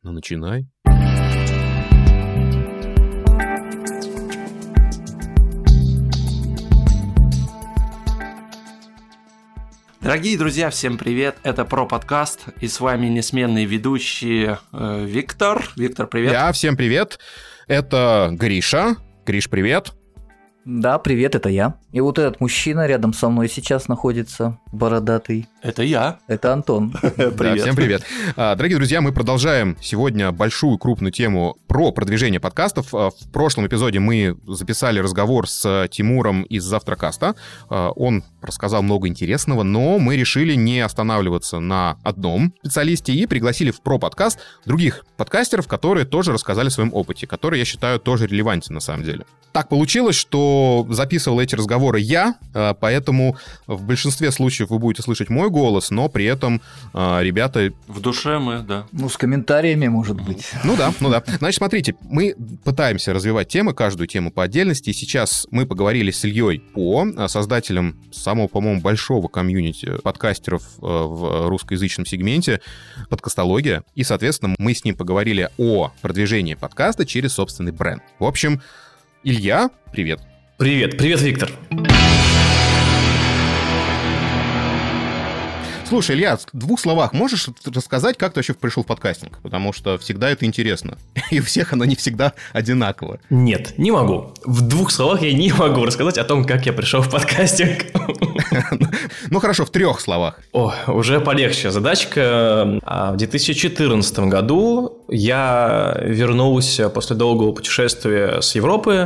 Ну, начинай. Дорогие друзья, всем привет! Это ProPodcast, и с вами несменный ведущий Виктор. Виктор, привет! Всем привет! Это Гриша. Гриш, привет! Да, привет, это я. И вот этот мужчина рядом со мной сейчас находится, бородатый. Это я. Это Антон. Привет. Да, всем привет. Дорогие друзья, мы продолжаем сегодня большую крупную тему про продвижение подкастов. В прошлом эпизоде мы записали разговор с Тимуром из Завтракаста. Он рассказал много интересного, но мы решили не останавливаться на одном специалисте и пригласили в ProPodcast других подкастеров, которые тоже рассказали о своем опыте, который, я считаю, тоже релевантен на самом деле. Так получилось, что записывал эти разговоры я, поэтому в большинстве случаев вы будете слышать мой голос, но при этом ребята... В душе мы, да. Ну, с комментариями, может быть. Ну да. Значит, смотрите, мы пытаемся развивать темы, каждую тему по отдельности, и сейчас мы поговорили с Ильей По, создателем самого, по-моему, большого комьюнити подкастеров в русскоязычном сегменте «Подкастология», и, соответственно, мы с ним поговорили о продвижении подкаста через собственный бренд. В общем, Илья, привет. Привет, Виктор. Слушай, Илья, в двух словах можешь рассказать, как ты вообще пришел в подкастинг? Потому что всегда это интересно. И у всех оно не всегда одинаково. Нет, не могу. В двух словах я не могу рассказать о том, как я пришел в подкастинг. Ну хорошо, в трех словах. О, уже полегче задачка. В 2014 году я вернулся после долгого путешествия с Европы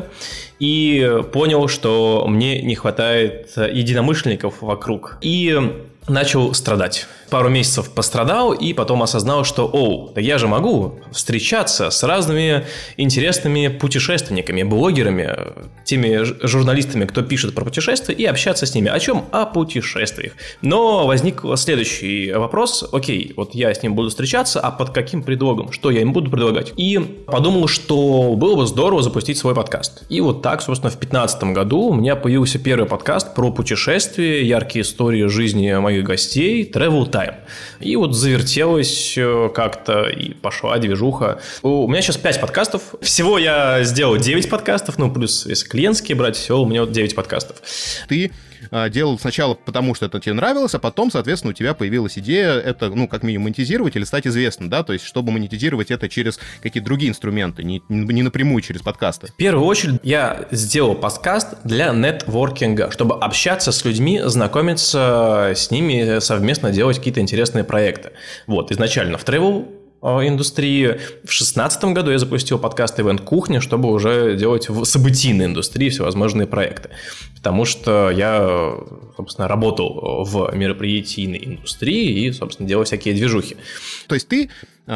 и понял, что мне не хватает единомышленников вокруг. И начал страдать. Пару месяцев пострадал и потом осознал, что, да я же могу встречаться с разными интересными путешественниками, блогерами, теми журналистами, кто пишет про путешествия, и общаться с ними. О чем? О путешествиях. Но возник следующий вопрос. Окей, вот я с ним буду встречаться, а под каким предлогом? Что я им буду предлагать? И подумал, что было бы здорово запустить свой подкаст. И вот так, собственно, в 2015 году у меня появился первый подкаст про путешествия, яркие истории жизни моих гостей, Travel Time. И вот завертелось как-то, и пошла движуха. У меня сейчас 5 подкастов. Всего я сделал 9 подкастов, ну, плюс если клиентские брать, всего у меня вот 9 подкастов. Ты делал сначала потому, что это тебе нравилось, а потом, соответственно, у тебя появилась идея это, ну, как минимум, монетизировать или стать известным, да? То есть, чтобы монетизировать это через какие-то другие инструменты, не напрямую через подкасты. В первую очередь, я сделал подкаст для нетворкинга, чтобы общаться с людьми, знакомиться с ними, совместно делать какие-то интересные проекты. Вот, изначально в travel индустрии. В 2016 году я запустил подкаст «Ивент Кухня», чтобы уже делать в событийной индустрии всевозможные проекты. Потому что я, собственно, работал в мероприятийной индустрии и, собственно, делал всякие движухи. То есть ты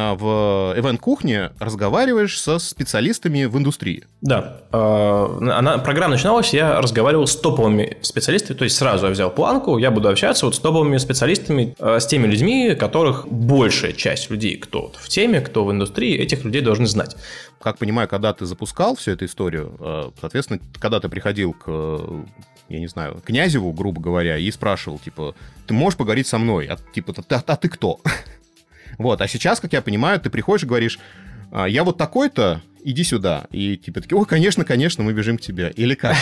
в ивент-кухне разговариваешь со специалистами в индустрии? Да. Программа начиналась, я разговаривал с топовыми специалистами, то есть сразу я взял планку, я буду общаться вот с топовыми специалистами, с теми людьми, которых большая часть людей, кто в теме, кто в индустрии, этих людей должны знать. Как понимаю, когда ты запускал всю эту историю, соответственно, когда ты приходил к, я не знаю, Князеву, грубо говоря, и спрашивал, типа, ты можешь поговорить со мной? Типа, ты кто? Вот, а сейчас, как я понимаю, ты приходишь и говоришь, я вот такой-то, иди сюда. И типа такие, конечно, мы бежим к тебе. Или как?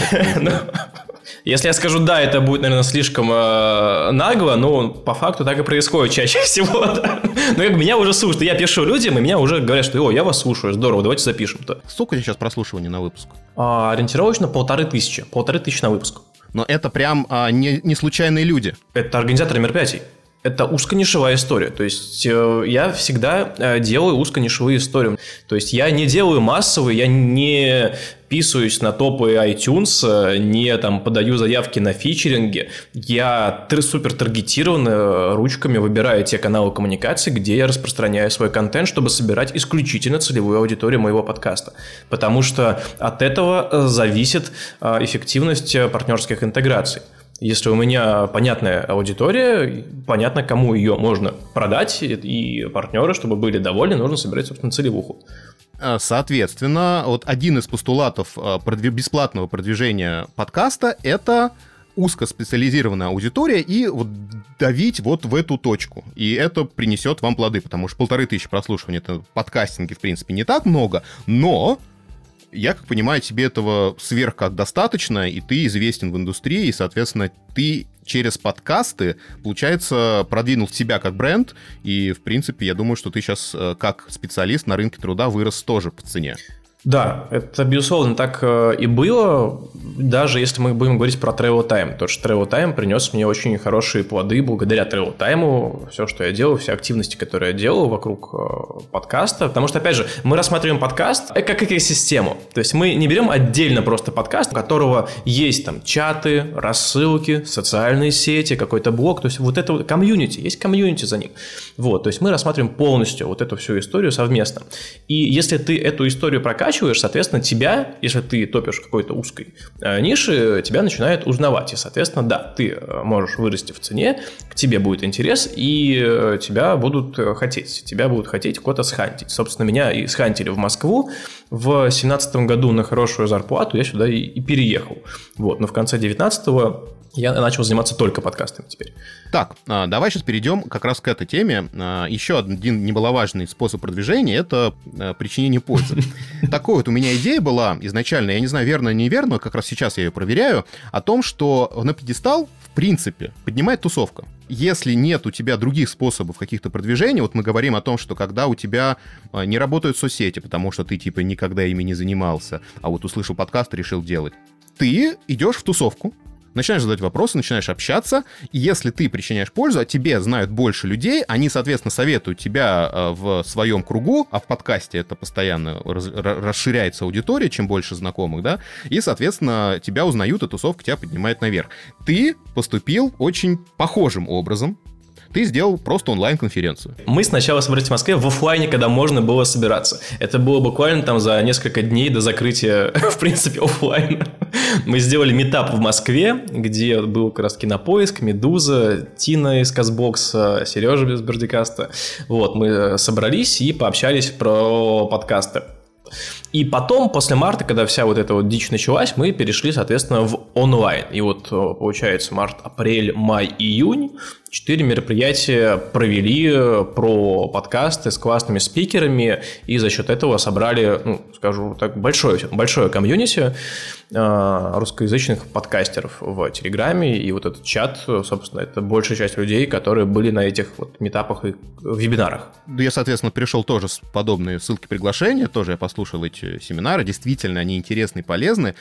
Если я скажу «да», это будет, наверное, слишком нагло, но по факту так и происходит чаще всего. Да? Но как бы меня уже слушают, я пишу людям, и меня уже говорят, что я вас слушаю, здорово, давайте запишем-то. Сколько у тебя сейчас прослушиваний на выпуск? Ориентировочно 1500 на выпуск. Но это прям не случайные люди. Это организаторы мероприятий. Это узконишевая история, то есть я всегда делаю узконишевые истории, то есть я не делаю массовые, я не писаюсь на топы iTunes, не там подаю заявки на фичеринги, я супер таргетированно ручками выбираю те каналы коммуникации, где я распространяю свой контент, чтобы собирать исключительно целевую аудиторию моего подкаста, потому что от этого зависит эффективность партнерских интеграций. Если у меня понятная аудитория, понятно, кому ее можно продать, и партнеры, чтобы были довольны, нужно собирать, собственно, целевуху. Соответственно, вот один из постулатов бесплатного продвижения подкаста – это узкоспециализированная аудитория и вот давить вот в эту точку. И это принесет вам плоды, потому что 1500 прослушиваний — это подкастинги, в принципе, не так много, но... Я, как понимаю, тебе этого сверх как достаточно, и ты известен в индустрии, и, соответственно, ты через подкасты, получается, продвинул себя как бренд, и, в принципе, я думаю, что ты сейчас как специалист на рынке труда вырос тоже по цене. Да, это, безусловно, так и было, даже если мы будем говорить про Travel Time, потому что Travel Time принес мне очень хорошие плоды благодаря Travel Time, все, что я делаю, все активности, которые я делаю вокруг подкаста, потому что, опять же, мы рассматриваем подкаст как экосистему, то есть мы не берем отдельно просто подкаст, у которого есть там чаты, рассылки, социальные сети, какой-то блог, то есть вот это комьюнити, есть комьюнити за ним, вот, то есть мы рассматриваем полностью вот эту всю историю совместно, и если ты эту историю прокачиваешь, соответственно, тебя, если ты топишь в какой-то узкой нише, тебя начинают узнавать. И, соответственно, да, ты можешь вырасти в цене, к тебе будет интерес, и тебя будут хотеть кого-то схантить. Собственно, меня и схантили в Москву в 2017 году на хорошую зарплату, я сюда и переехал. Вот, но в конце 2019-го я начал заниматься только подкастами теперь. Так, давай сейчас перейдем как раз к этой теме. Еще один немаловажный способ продвижения — это причинение пользы. Такой вот у меня идея была изначально, я не знаю, верно или неверно, как раз сейчас я ее проверяю, о том, что на пьедестал, в принципе, поднимает тусовка. Если нет у тебя других способов каких-то продвижений, вот мы говорим о том, что когда у тебя не работают соцсети, потому что ты типа никогда ими не занимался, а вот услышал подкаст и решил делать, ты идешь в тусовку, начинаешь задавать вопросы, начинаешь общаться, и если ты причиняешь пользу, а тебе знают больше людей, они, соответственно, советуют тебя в своем кругу, а в подкасте это постоянно расширяется аудитория, чем больше знакомых, да, и, соответственно, тебя узнают, и тусовка тебя поднимает наверх. Ты поступил очень похожим образом. Ты сделал просто онлайн-конференцию. Мы сначала собрались в Москве в офлайне, когда можно было собираться. Это было буквально там за несколько дней до закрытия, в принципе, офлайна. Мы сделали митап в Москве, где был как раз Кинопоиск, Медуза, Тина из Казбокса, Сережа из Бердикаста. Вот, мы собрались и пообщались про подкасты. И потом, после марта, когда вся вот эта вот дичь началась, мы перешли, соответственно, в онлайн. И вот, получается, март, апрель, май, июнь 4 мероприятия провели про подкасты с классными спикерами, и за счет этого собрали, ну, скажу так, большое комьюнити русскоязычных подкастеров в Телеграме, и вот этот чат, собственно, это большая часть людей, которые были на этих вот митапах и вебинарах. Я, соответственно, пришел тоже с подобные ссылки приглашения, тоже я послушал эти семинары, действительно, они интересны и полезны,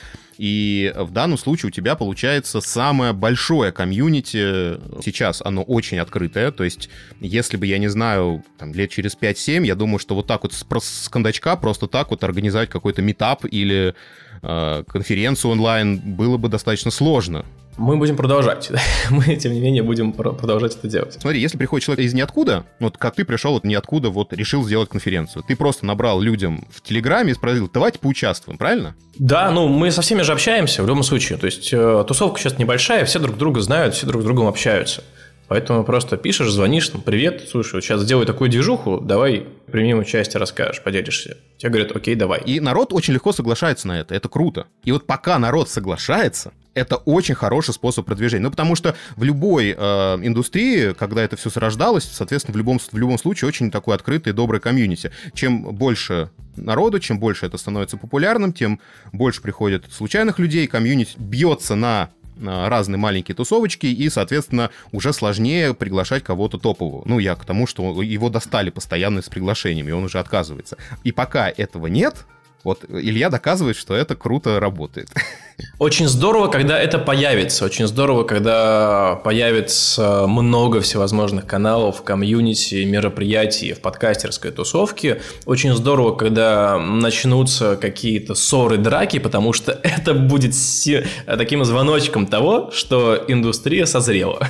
и в данном случае у тебя получается самое большое комьюнити, сейчас оно очень открытое, то есть если бы, я не знаю, там, лет через 5-7, я думаю, что вот так вот с кондачка просто так вот организовать какой-то митап или конференцию онлайн было бы достаточно сложно. Мы будем продолжать. Мы, тем не менее, будем продолжать это делать. Смотри, если приходит человек из ниоткуда, вот как ты пришел от ниоткуда, вот решил сделать конференцию, ты просто набрал людям в Телеграме и спросил: давайте поучаствуем, правильно? Да, ну мы со всеми же общаемся в любом случае. То есть тусовка сейчас небольшая, все друг друга знают, все друг с другом общаются. Поэтому просто пишешь, звонишь, там, привет, слушай, вот сейчас сделаю такую движуху, давай примем участие, расскажешь, поделишься. Тебе говорят: окей, давай. И народ очень легко соглашается на это круто. И вот пока народ соглашается, это очень хороший способ продвижения. Ну, потому что в любой индустрии, когда это все зарождалось, соответственно, в любом случае очень такой открытый и добрый комьюнити. Чем больше народу, чем больше это становится популярным, тем больше приходит случайных людей, комьюнити бьется на разные маленькие тусовочки, и, соответственно, уже сложнее приглашать кого-то топового. Ну, я к тому, что его достали постоянно с приглашениями, и он уже отказывается. И пока этого нет, вот Илья доказывает, что это круто работает. Очень здорово, когда это появится. Очень здорово, когда появится много всевозможных каналов, комьюнити, мероприятий в подкастерской тусовке. Очень здорово, когда начнутся какие-то ссоры, драки, потому что это будет таким звоночком того, что индустрия созрела.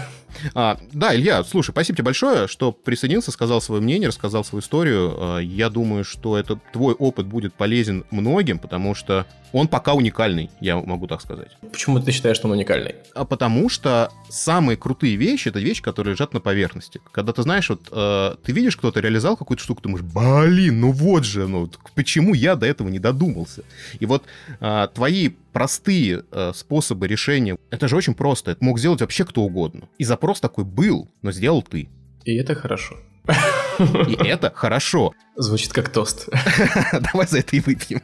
Да, Илья, слушай, спасибо тебе большое, что присоединился, сказал свое мнение, рассказал свою историю. Я думаю, что этот твой опыт будет полезен многим, потому что он пока уникальный, я могу так сказать. Почему ты считаешь, что он уникальный? Потому что самые крутые вещи — это вещи, которые лежат на поверхности. Когда ты знаешь, вот ты видишь, кто-то реализовал какую-то штуку, ты думаешь: блин, ну вот же, ну почему я до этого не додумался? И вот твои простые способы решения. Это же очень просто. Это мог сделать вообще кто угодно. И запрос такой был, но сделал ты. И это хорошо. И это хорошо. Звучит как тост. Давай за это и выпьем.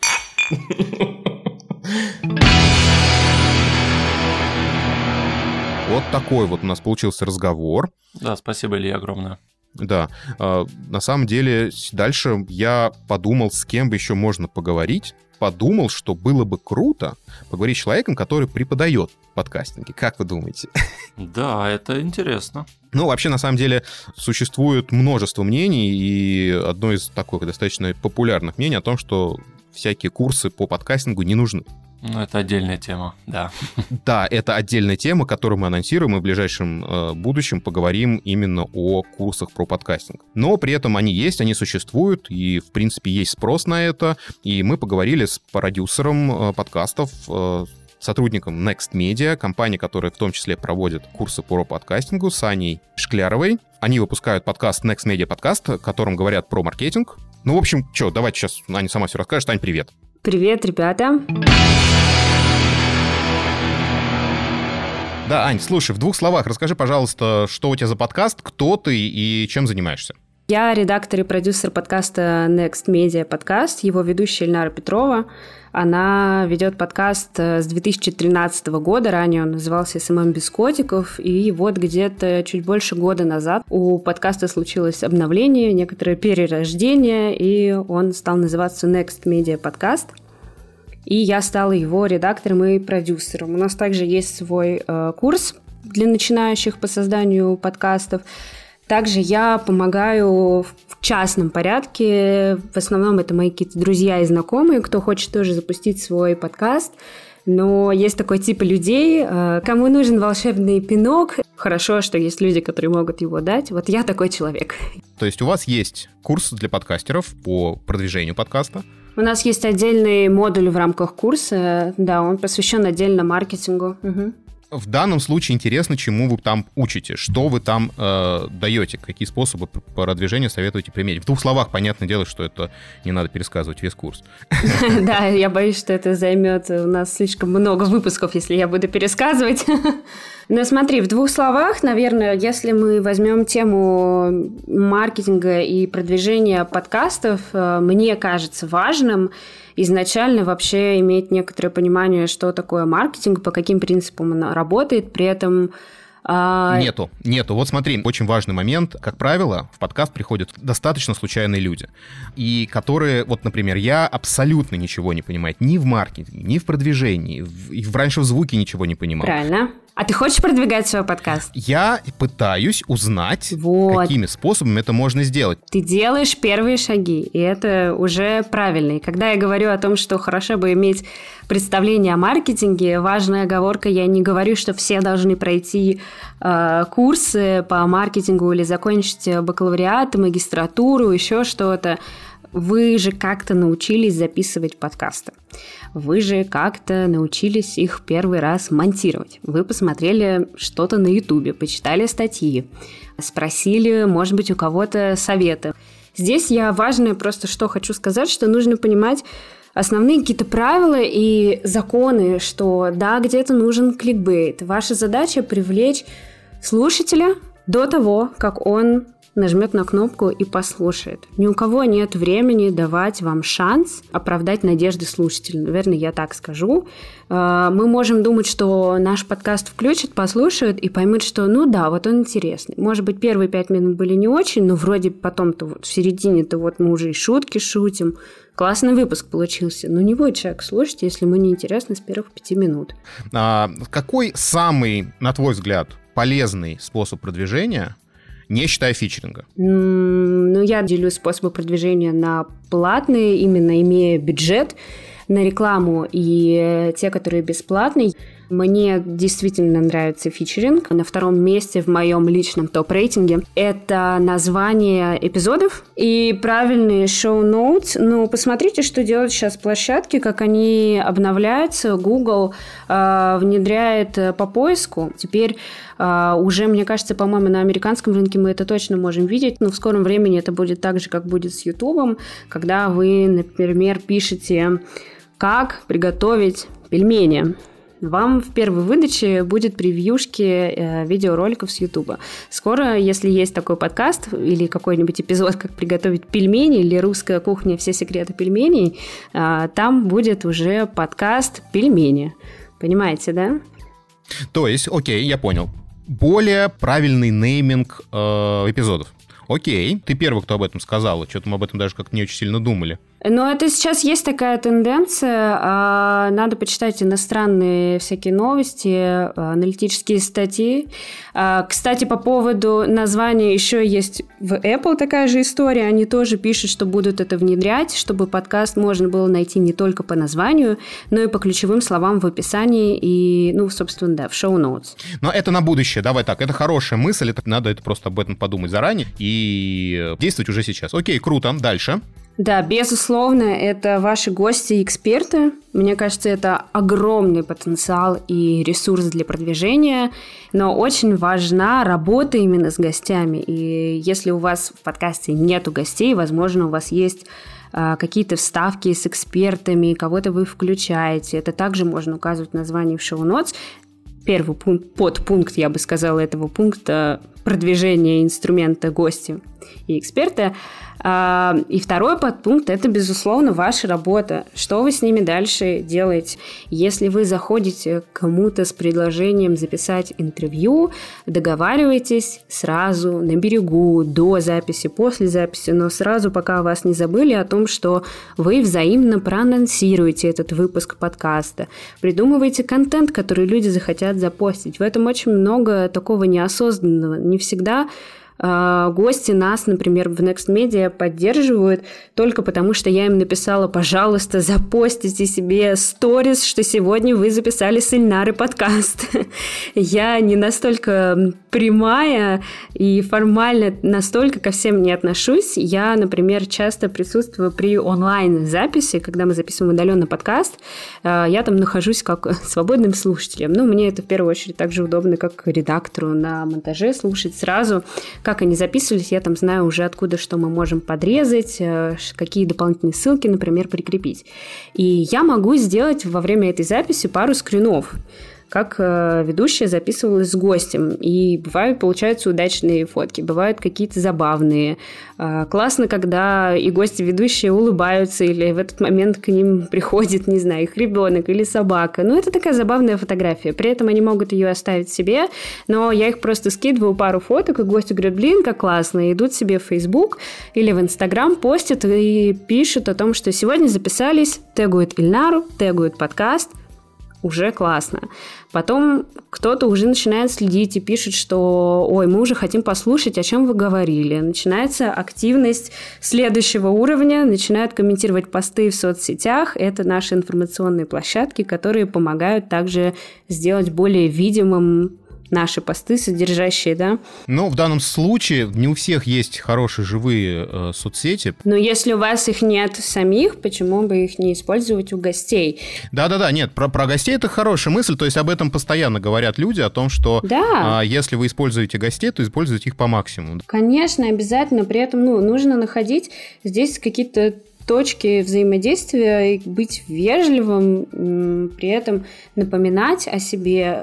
Вот такой вот у нас получился разговор. Да, спасибо, Илья, огромное. Да, на самом деле дальше я подумал, с кем бы еще можно поговорить. Подумал, что было бы круто поговорить с человеком, который преподает подкастинги. Как вы думаете? Да, это интересно. Ну, вообще, на самом деле, существует множество мнений, и одно из таких достаточно популярных мнений о том, что всякие курсы по подкастингу не нужны. Ну, это отдельная тема, да. Да, это отдельная тема, которую мы анонсируем, и в ближайшем будущем поговорим именно о курсах про подкастинг. Но при этом они есть, они существуют, и, в принципе, есть спрос на это. И мы поговорили с продюсером подкастов, сотрудником Next Media, компания, которая в том числе проводит курсы по подкастингу, с Аней Шкляровой. Они выпускают подкаст Next Media Podcast, в котором говорят про маркетинг. Ну, в общем, что, давайте сейчас Аня сама все расскажет. Ань, привет. Привет, ребята. Да, Ань, слушай, в 2 словах расскажи, пожалуйста, что у тебя за подкаст, кто ты и чем занимаешься? Я редактор и продюсер подкаста Next Media Podcast, его ведущая Ильнара Петрова. Она ведет подкаст с 2013 года, ранее он назывался «СММ без котиков», и вот где-то чуть больше года назад у подкаста случилось обновление, некоторое перерождение, и он стал называться Next Media Podcast. И я стала его редактором и продюсером. У нас также есть свой курс для начинающих по созданию подкастов. Также я помогаю в частном порядке. В основном это мои какие-то друзья и знакомые, кто хочет тоже запустить свой подкаст. Но есть такой тип людей, кому нужен волшебный пинок. Хорошо, что есть люди, которые могут его дать. Вот я такой человек. То есть у вас есть курс для подкастеров по продвижению подкаста? У нас есть отдельный модуль в рамках курса. Да, он посвящен отдельно маркетингу. Угу. В данном случае интересно, чему вы там учите, что вы там даете, какие способы продвижения советуете применить. В 2 словах, понятное дело, что это не надо пересказывать весь курс. Да, я боюсь, что это займет у нас слишком много выпусков, если я буду пересказывать. Но смотри, в 2 словах, наверное, если мы возьмем тему маркетинга и продвижения подкастов, мне кажется важным изначально вообще иметь некоторое понимание, что такое маркетинг, по каким принципам он работает, при этом... Нету. Вот смотри, очень важный момент. Как правило, в подкаст приходят достаточно случайные люди, и которые, вот, например, я абсолютно ничего не понимаю ни в маркетинге, ни в продвижении, раньше в звуке ничего не понимал. Правильно. А ты хочешь продвигать свой подкаст? Я пытаюсь узнать, какими способами это можно сделать. Ты делаешь первые шаги, и это уже правильно. И когда я говорю о том, что хорошо бы иметь представление о маркетинге, важная оговорка, я не говорю, что все должны пройти курсы по маркетингу или закончить бакалавриат, магистратуру, еще что-то. Вы же как-то научились записывать подкасты. Вы же как-то научились их первый раз монтировать. Вы посмотрели что-то на Ютубе, почитали статьи, спросили, может быть, у кого-то советы. Здесь я важное просто что хочу сказать, что нужно понимать основные какие-то правила и законы, что да, где-то нужен кликбейт. Ваша задача привлечь слушателя до того, как он нажмет на кнопку и послушает. Ни у кого нет времени давать вам шанс оправдать надежды слушателя. Наверное, я так скажу. Мы можем думать, что наш подкаст включат, послушают и поймут, что ну да, вот он интересный. Может быть, первые 5 минут были не очень, но вроде потом-то вот в середине-то вот мы уже и шутки шутим. Классный выпуск получился. Но не будет человек слушать, если ему неинтересно с первых 5 минут. Какой самый, на твой взгляд, полезный способ продвижения, не считая фичеринга? Ну, я делю способы продвижения на платные, именно имея бюджет на рекламу, и те, которые бесплатные. Мне действительно нравится фичеринг. На 2-м месте в моем личном топ-рейтинге это название эпизодов и правильные шоу-ноутс. Ну, посмотрите, что делают сейчас площадки, как они обновляются. Google внедряет по поиску. Теперь уже, мне кажется, по-моему, на американском рынке мы это точно можем видеть, но в скором времени это будет так же, как будет с YouTube, когда вы, например, пишете как приготовить пельмени. Вам в первой выдаче будет превьюшки видеороликов с Ютуба. Скоро, если есть такой подкаст или какой-нибудь эпизод, как приготовить пельмени или русская кухня «Все секреты пельменей», там будет уже подкаст «Пельмени». Понимаете, да? То есть, окей, я понял. Более правильный нейминг эпизодов. Окей, ты первый, кто об этом сказал. Что-то мы об этом даже как-то не очень сильно думали. Но это сейчас есть такая тенденция. Надо почитать иностранные всякие новости, аналитические статьи. Кстати, по поводу названия еще есть в Apple такая же история. Они тоже пишут, что будут это внедрять, чтобы подкаст можно было найти не только по названию, но и по ключевым словам в описании и, собственно, да, в шоу-ноутс. Но это на будущее. Давай так, это хорошая мысль, надо это просто об этом подумать заранее и действовать уже сейчас. Окей, круто. Дальше. Да, безусловно, это ваши гости и эксперты. Мне кажется, это огромный потенциал и ресурс для продвижения, но очень важна работа именно с гостями. И если у вас в подкасте нету гостей, возможно, у вас есть какие-то вставки с экспертами, кого-то вы включаете. Это также можно указывать в названии в шоу-нотс. Первый подпункт, я бы сказала, этого пункта – продвижение инструмента гостя и эксперта. И второй подпункт – это, безусловно, ваша работа. Что вы с ними дальше делаете? Если вы заходите к кому-то с предложением записать интервью, договаривайтесь сразу, на берегу, до записи, после записи, но сразу, пока вас не забыли о том, что вы взаимно проанонсируете этот выпуск подкаста, придумывайте контент, который люди захотят запостить. В этом очень много такого неосознанного. Не всегда гости нас, например, в Next Media поддерживают только потому, что я им написала: пожалуйста, запостите себе сторис, что сегодня вы записали с Ильнарой подкаст. Я не настолько прямая и формально настолько ко всем не отношусь. Я, например, часто присутствую при онлайн-записи, когда мы записываем удаленно подкаст. Я там нахожусь как свободным слушателем. Мне это в первую очередь так же удобно, как редактору на монтаже слушать сразу, как они записывались, я там знаю уже откуда, что мы можем подрезать, какие дополнительные ссылки, например, прикрепить. И я могу сделать во время этой записи пару скринов, как ведущая записывалась с гостем. И бывают, получаются удачные фотки, бывают какие-то забавные. Классно, когда и гости ведущие улыбаются, или в этот момент к ним приходит, не знаю, их ребенок или собака. Это такая забавная фотография. При этом они могут ее оставить себе, но я их просто скидываю пару фоток, и гости говорят: блин, как классно. И идут себе в Facebook или в Instagram, постят и пишут о том, что сегодня записались, тегуют Ильнару, тегуют подкаст. Уже классно. Потом кто-то уже начинает следить и пишет, что ой, мы уже хотим послушать, о чем вы говорили. Начинается активность следующего уровня, начинают комментировать посты в соцсетях. Это наши информационные площадки, которые помогают также сделать более видимым наши посты, содержащие, да? В данном случае не у всех есть хорошие живые соцсети. Но если у вас их нет самих, почему бы их не использовать у гостей? Да-да-да, нет, про гостей это хорошая мысль, то есть об этом постоянно говорят люди, о том, что если вы используете гостей, то используйте их по максимуму. Конечно, обязательно, при этом нужно находить здесь какие-то точки взаимодействия, быть вежливым, при этом напоминать о себе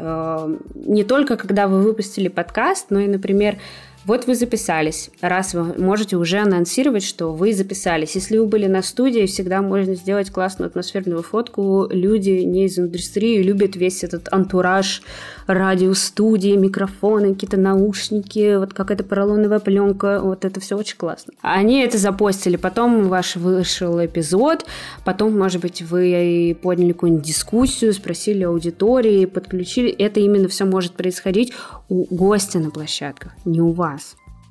не только когда вы выпустили подкаст, но и, например, вот вы записались. Раз вы можете уже анонсировать, что вы записались. Если вы были на студии, всегда можно сделать классную атмосферную фотку. Люди не из индустрии любят весь этот антураж радиостудии, микрофоны, какие-то наушники, вот какая-то поролоновая пленка. Вот это все очень классно. Они это запостили. Потом ваш вышел эпизод. Потом, может быть, вы подняли какую-нибудь дискуссию, спросили аудитории, подключили. Это именно все может происходить у гостя на площадках, не у вас.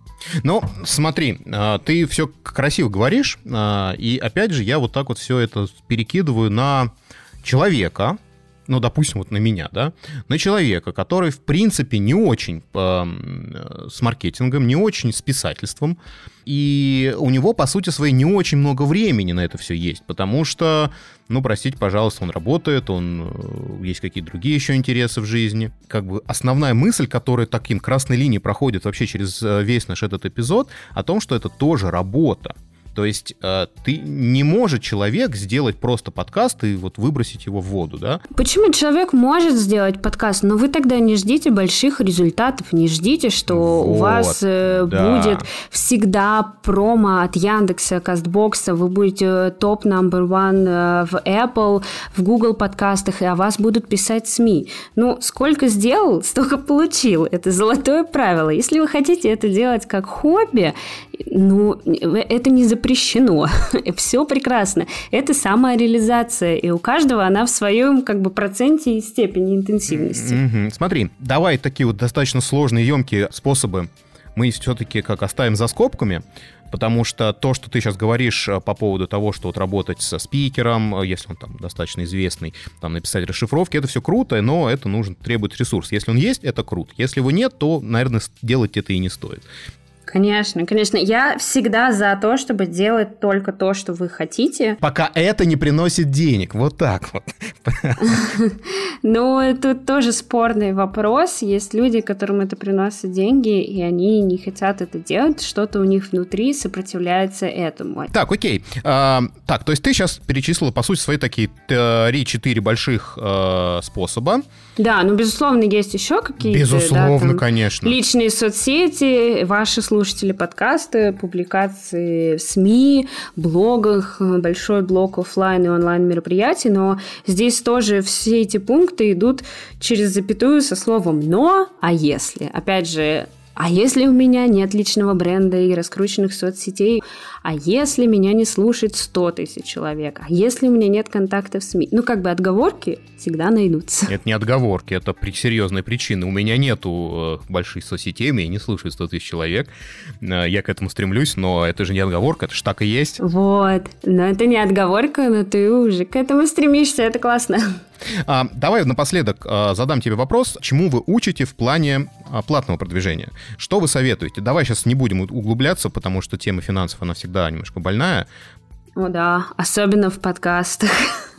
Смотри, ты все красиво говоришь, и опять же я вот так вот все это перекидываю на человека, допустим, вот на меня, да, на человека, который, в принципе, не очень с маркетингом, не очень с писательством, и у него, по сути своей, не очень много времени на это все есть, потому что, простите, пожалуйста, он работает, есть какие-то другие еще интересы в жизни. Как бы основная мысль, которая таким красной линией проходит вообще через весь наш этот эпизод, о том, что это тоже работа. То То есть не может человек сделать просто подкаст и вот выбросить его в воду, да? Почему человек может сделать подкаст, но вы тогда не ждите больших результатов, не ждите, что у вас будет всегда промо от Яндекса, Кастбокса, вы будете топ number one в Apple, в Google подкастах, и о вас будут писать СМИ. Ну, сколько сделал, столько получил. Это золотое правило. Если вы хотите это делать как хобби, ну, это не запрещено. Все прекрасно. Это самореализация, и у каждого она в своем как бы проценте и степени интенсивности. Смотри, давай такие вот достаточно сложные, емкие способы мы все-таки как оставим за скобками, потому что то, что ты сейчас говоришь по поводу того, что вот работать со спикером, если он там достаточно известный, там написать расшифровки, это все круто, но это требует ресурс. Если он есть, это круто. Если его нет, то, наверное, делать это и не стоит. Конечно, конечно. Я всегда за то, чтобы делать только то, что вы хотите. Пока это не приносит денег. Вот так вот. Ну, тут тоже спорный вопрос. Есть люди, которым это приносит деньги, и они не хотят это делать. Что-то у них внутри сопротивляется этому. Так, окей. Так, то есть ты сейчас перечислила, по сути, свои такие 3-4 больших способа. Да, ну, безусловно, есть еще какие-то... Безусловно, конечно. Личные соцсети, ваши слушатели подкасты, публикации в СМИ, блогах, большой блок офлайн и онлайн мероприятий, но здесь тоже все эти пункты идут через запятую со словом «но», «а если». Опять же, а если у меня нет личного бренда и раскрученных соцсетей? А если меня не слушает 100 тысяч человек? А если у меня нет контактов в СМИ? Ну, как бы отговорки всегда найдутся. Это не отговорки, это серьезная причина. У меня нету больших соцсетей, меня не слушает 100 тысяч человек. Я к этому стремлюсь, но это же не отговорка, это ж так и есть. Вот, но это не отговорка, но ты уже к этому стремишься, это классно. Давай напоследок задам тебе вопрос. Чему вы учите в плане платного продвижения? Что вы советуете? Давай сейчас не будем углубляться, потому что тема финансов, она всегда немножко больная. О да, особенно в подкастах.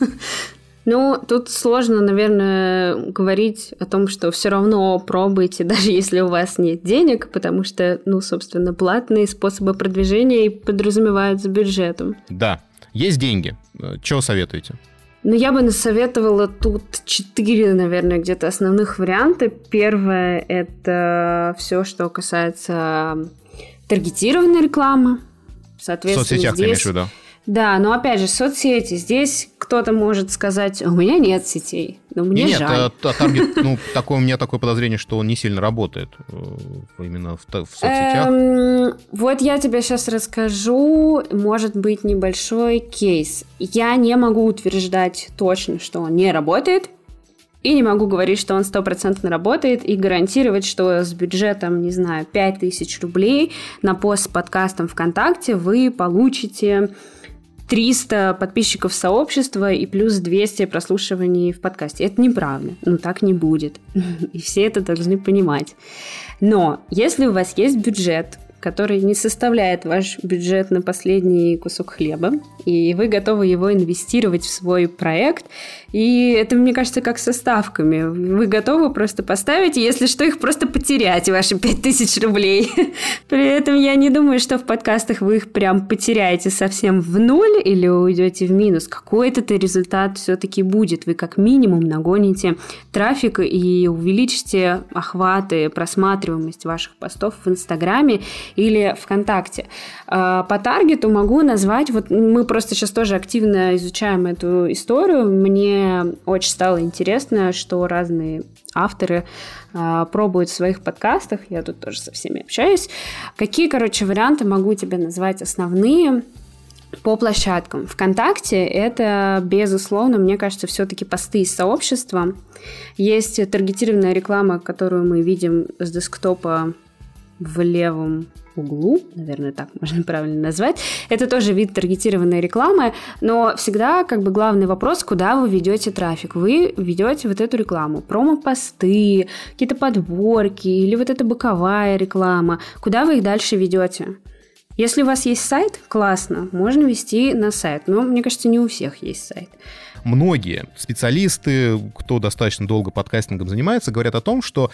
Ну, тут сложно, наверное, говорить о том, что все равно пробуйте, даже если у вас нет денег, потому что, ну, собственно, платные способы продвижения и подразумеваются бюджетом. Да, есть деньги. Чего советуете? Ну, я бы насоветовала тут 4, наверное, где-то основных варианта. Первое – это все, что касается таргетированной рекламы. Соответственно, в соцсетях здесь... ты имеешь в виду? Да, но опять же, соцсети. Здесь кто-то может сказать, у меня нет сетей, но мне жаль. Нет, таргет, у меня такое подозрение, что он не сильно работает именно в соцсетях. Вот я тебе сейчас расскажу, может быть, небольшой кейс. Я не могу утверждать точно, что он не работает, и не могу говорить, что он 100% работает, и гарантировать, что с бюджетом, не знаю, 5000 рублей на пост с подкастом ВКонтакте вы получите 300 подписчиков сообщества и плюс 200 прослушиваний в подкасте. Это неправда. Ну, так не будет. И все это должны понимать. Но если у вас есть бюджет, который не составляет ваш бюджет на последний кусок хлеба, и вы готовы его инвестировать в свой проект, и это, мне кажется, как со ставками. Вы готовы просто поставить, и если что, их просто потерять, ваши 5000 рублей. При этом я не думаю, что в подкастах вы их прям потеряете совсем в ноль или уйдете в минус. Какой-то результат все-таки будет. Вы как минимум нагоните трафик и увеличите охваты, просматриваемость ваших постов в Инстаграме или ВКонтакте. По таргету могу назвать, вот мы просто сейчас тоже активно изучаем эту историю. Мне очень стало интересно, что разные авторы пробуют в своих подкастах. Я тут тоже со всеми общаюсь. Какие, варианты могу тебе назвать основные по площадкам? ВКонтакте это, безусловно, мне кажется, все-таки посты из сообщества. Есть таргетированная реклама, которую мы видим с десктопа в левом углу, наверное, так можно правильно назвать. Это тоже вид таргетированной рекламы, но всегда главный вопрос, куда вы ведете трафик. Вы ведете вот эту рекламу, промо-посты, какие-то подборки или вот эта боковая реклама. Куда вы их дальше ведете? Если у вас есть сайт, классно, можно вести на сайт, но, мне кажется, не у всех есть сайт. Многие специалисты, кто достаточно долго подкастингом занимается, говорят о том, что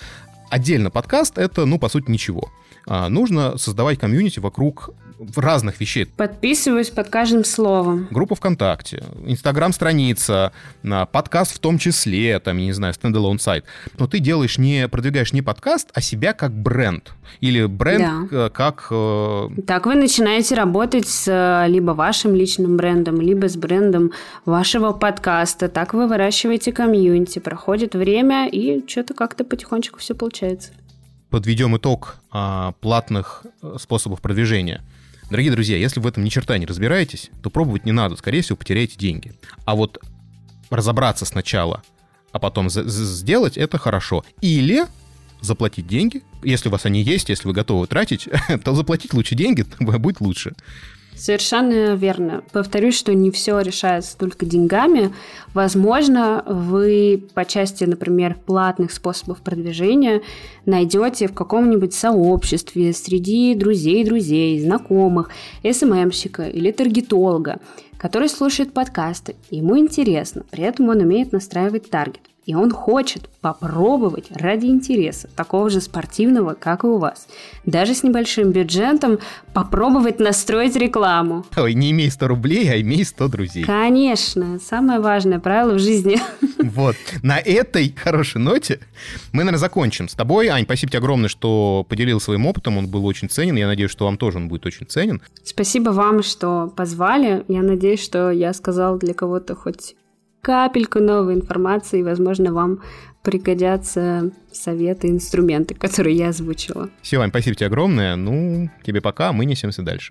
отдельно подкаст — это, по сути, ничего. Нужно создавать комьюнити вокруг разных вещей. Подписываюсь под каждым словом. Группа ВКонтакте, Инстаграм-страница, подкаст в том числе, там, я не знаю, стендалон сайт. Но ты продвигаешь не подкаст, а себя как бренд. Или бренд как... Так вы начинаете работать с либо вашим личным брендом, либо с брендом вашего подкаста. Так вы выращиваете комьюнити. Проходит время, и что-то как-то потихонечку все получается. Подведем итог платных способов продвижения. Дорогие друзья, если вы в этом ни черта не разбираетесь, то пробовать не надо, скорее всего, потеряете деньги. А вот разобраться сначала, а потом сделать — это хорошо. Или заплатить деньги, если у вас они есть, если вы готовы тратить, то заплатить лучше деньги, будет лучше. Совершенно верно. Повторюсь, что не все решается только деньгами. Возможно, вы по части, например, платных способов продвижения найдете в каком-нибудь сообществе среди друзей, знакомых, СММщика или таргетолога, который слушает подкасты, ему интересно, при этом он умеет настраивать таргет. И он хочет попробовать ради интереса, такого же спортивного, как и у вас. Даже с небольшим бюджетом попробовать настроить рекламу. Ой, не имей 100 рублей, а имей 100 друзей. Конечно, самое важное правило в жизни. Вот, на этой хорошей ноте мы, наверное, закончим с тобой. Ань, спасибо тебе огромное, что поделился своим опытом, он был очень ценен. Я надеюсь, что вам тоже он будет очень ценен. Спасибо вам, что позвали. Я надеюсь, что я сказала для кого-то хоть капельку новой информации, и, возможно, вам пригодятся советы, инструменты, которые я озвучила. Все, Ань, спасибо тебе огромное. Ну, тебе пока, мы несемся дальше.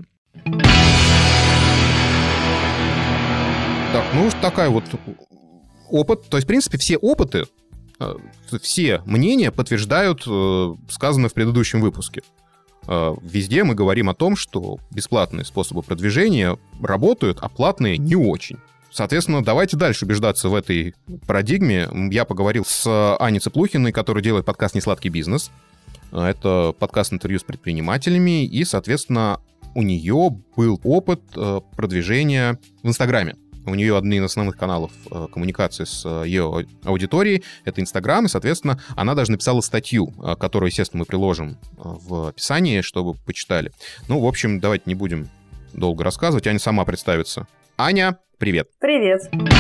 Так, такая вот опыт. То есть, в принципе, все опыты, все мнения подтверждают сказанное в предыдущем выпуске. Везде мы говорим о том, что бесплатные способы продвижения работают, а платные не очень. Соответственно, давайте дальше убеждаться в этой парадигме. Я поговорил с Аней Цыплухиной, которая делает подкаст «Несладкий бизнес». Это подкаст-интервью с предпринимателями, и, соответственно, у нее был опыт продвижения в Инстаграме. У нее один из основных каналов коммуникации с ее аудиторией — это Инстаграм, и, соответственно, она даже написала статью, которую, естественно, мы приложим в описании, чтобы почитали. Ну, в общем, давайте не будем долго рассказывать. Аня сама представится. Аня, привет. Привет.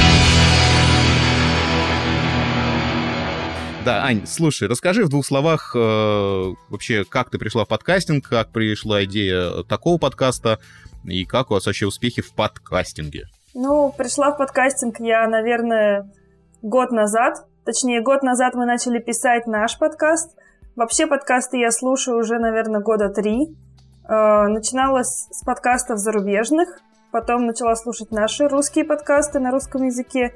Да, Ань, слушай, расскажи в 2 словах вообще, как ты пришла в подкастинг, как пришла идея такого подкаста и как у вас вообще успехи в подкастинге? Ну, пришла в подкастинг я, наверное, год назад. Точнее, год назад мы начали писать наш подкаст. Вообще подкасты я слушаю уже, наверное, года 3. Начинала с подкастов зарубежных. Потом начала слушать наши русские подкасты на русском языке.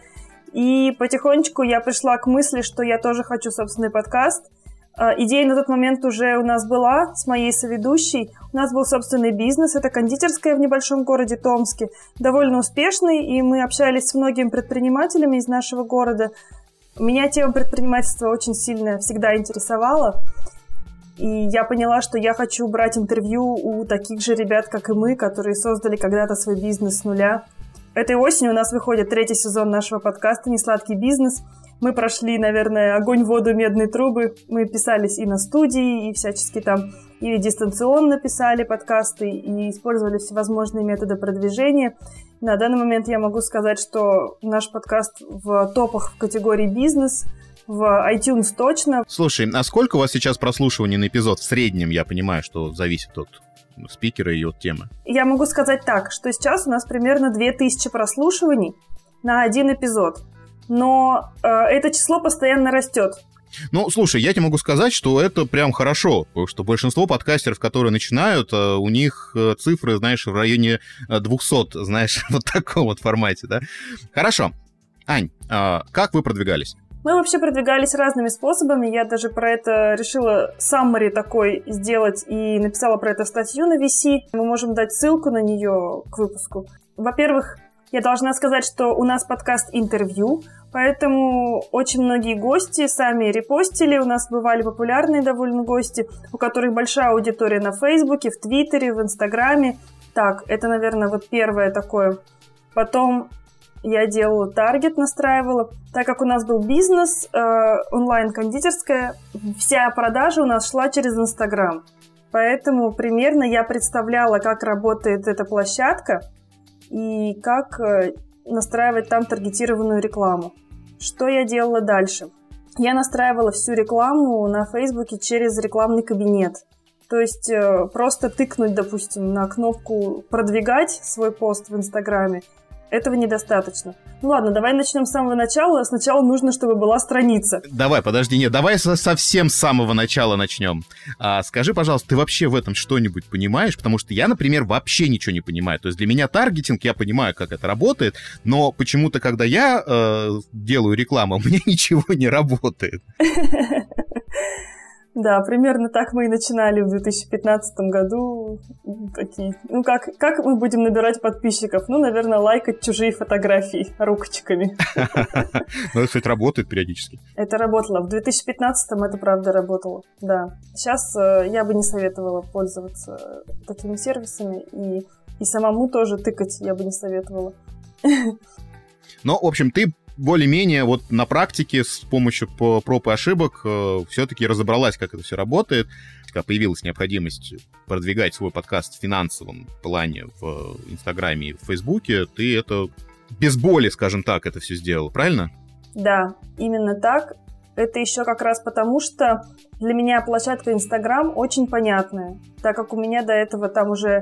И потихонечку я пришла к мысли, что я тоже хочу собственный подкаст. Идея на тот момент уже у нас была с моей соведущей. У нас был собственный бизнес. Это кондитерская в небольшом городе Томске. Довольно успешный. И мы общались с многими предпринимателями из нашего города. Меня тема предпринимательства очень сильно всегда интересовала. И я поняла, что я хочу брать интервью у таких же ребят, как и мы, которые создали когда-то свой бизнес с нуля. Этой осенью у нас выходит 3-й сезон нашего подкаста «Несладкий бизнес». Мы прошли, наверное, огонь, воду, медные трубы. Мы писались и на студии, и всячески там, и дистанционно писали подкасты, и использовали всевозможные методы продвижения. На данный момент я могу сказать, что наш подкаст в топах в категории «бизнес», в iTunes точно. Слушай, а сколько у вас сейчас прослушиваний на эпизод? В среднем, я понимаю, что зависит от спикера и от темы. Я могу сказать так, что сейчас у нас примерно 2000 прослушиваний на один эпизод. Но это число постоянно растет. Ну, слушай, я тебе могу сказать, что это прям хорошо, потому что большинство подкастеров, которые начинают, у них цифры, знаешь, в районе 200, знаешь, вот в таком вот формате, да? Хорошо. Ань, как вы продвигались? Мы вообще продвигались разными способами. Я даже про это решила summary такой сделать и написала про это статью на VC. Мы можем дать ссылку на нее к выпуску. Во-первых, я должна сказать, что у нас подкаст интервью, поэтому очень многие гости сами репостили. У нас бывали популярные довольно гости, у которых большая аудитория на Фейсбуке, в Твиттере, в Инстаграме. Так, это, наверное, вот первое такое. Потом я делала таргет, настраивала. Так как у нас был бизнес, онлайн-кондитерская, вся продажа у нас шла через Инстаграм. Поэтому примерно я представляла, как работает эта площадка и как настраивать там таргетированную рекламу. Что я делала дальше? Я настраивала всю рекламу на Фейсбуке через рекламный кабинет. То есть просто тыкнуть, допустим, на кнопку «Продвигать» свой пост в Инстаграме, этого недостаточно. Ну ладно, давай начнем с самого начала. Сначала нужно, чтобы была страница. Давай, подожди, нет, давай совсем с самого начала начнем. Скажи, пожалуйста, ты вообще в этом что-нибудь понимаешь? Потому что я, например, вообще ничего не понимаю. То есть для меня таргетинг, я понимаю, как это работает, но почему-то, когда я делаю рекламу, у меня ничего не работает. Да, примерно так мы и начинали в 2015 году. Такие. Ну, как мы будем набирать подписчиков? Ну, наверное, лайкать чужие фотографии рукочками. Ну, это, кстати, работает периодически. Это работало. В 2015-м это, правда, работало, да. Сейчас я бы не советовала пользоваться такими сервисами, и самому тоже тыкать я бы не советовала. Но, в общем, ты более-менее вот на практике с помощью проб и ошибок все-таки разобралась, как это все работает. Когда появилась необходимость продвигать свой подкаст в финансовом плане в Инстаграме и в Фейсбуке, ты это без боли, скажем так, это все сделал, правильно? Да, именно так. Это еще как раз потому, что для меня площадка Инстаграм очень понятная, так как у меня до этого там уже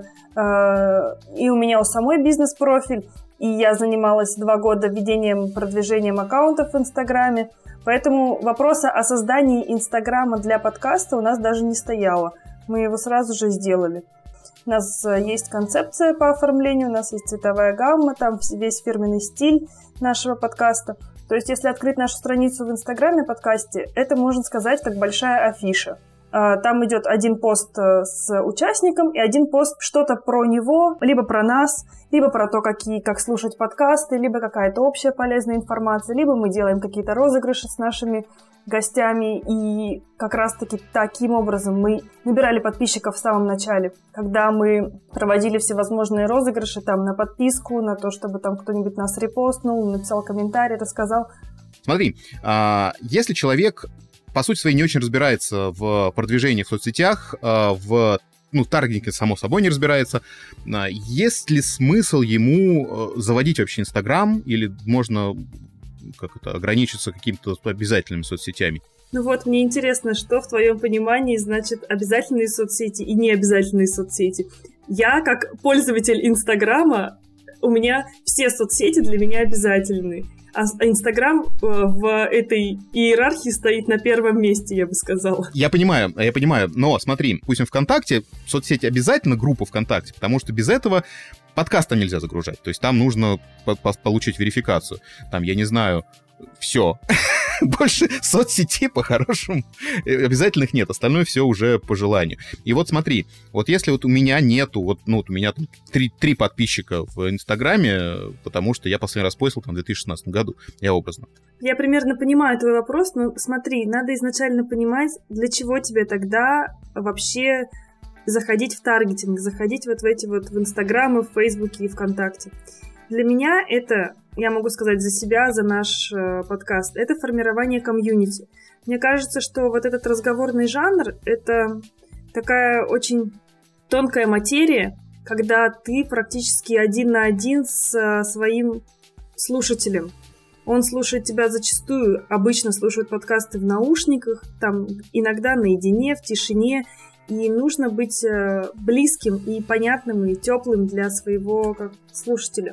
и у меня у самой бизнес-профиль, и я занималась 2 года ведением, продвижением аккаунтов в Инстаграме, поэтому вопроса о создании Инстаграма для подкаста у нас даже не стояло. Мы его сразу же сделали. У нас есть концепция по оформлению, у нас есть цветовая гамма, там весь фирменный стиль нашего подкаста. То есть, если открыть нашу страницу в Инстаграме подкасте, это, можно сказать, как большая афиша. Там идет один пост с участником и один пост что-то про него, либо про нас, либо про то, как слушать подкасты, либо какая-то общая полезная информация, либо мы делаем какие-то розыгрыши с нашими гостями. И как раз-таки таким образом мы набирали подписчиков в самом начале, когда мы проводили всевозможные розыгрыши там на подписку, на то, чтобы там кто-нибудь нас репостнул, написал комментарий, рассказал. Смотри, если человек по сути своей не очень разбирается в продвижении в соцсетях, в таргетинге, само собой, не разбирается. Есть ли смысл ему заводить вообще Инстаграм, или можно ограничиться какими-то обязательными соцсетями? Ну вот, мне интересно, что в твоем понимании значит обязательные соцсети и необязательные соцсети. Я, как пользователь Инстаграма, у меня все соцсети для меня обязательны. А Инстаграм в этой иерархии стоит на первом месте, я бы сказала. Я понимаю, но смотри, пусть ВКонтакте, соцсети обязательно группа ВКонтакте, потому что без этого подкаст там нельзя загружать. То есть там нужно получить верификацию. Там, я не знаю, все. Больше соцсетей по-хорошему обязательных нет, остальное все уже по желанию. И вот смотри, вот если вот у меня нету, у меня там 3 подписчика в Инстаграме, потому что я последний раз постил там в 2016 году, я образно. Я примерно понимаю твой вопрос, но смотри, надо изначально понимать, для чего тебе тогда вообще заходить в таргетинг, заходить вот в эти вот в Инстаграмы, в Фейсбуке и ВКонтакте. Для меня это, я могу сказать за себя, за наш подкаст, это формирование комьюнити. Мне кажется, что вот этот разговорный жанр — это такая очень тонкая материя, когда ты практически 1 на 1 с своим слушателем. Он слушает тебя зачастую, обычно слушают подкасты в наушниках, там иногда наедине, в тишине, и нужно быть близким и понятным, и теплым для своего слушателя.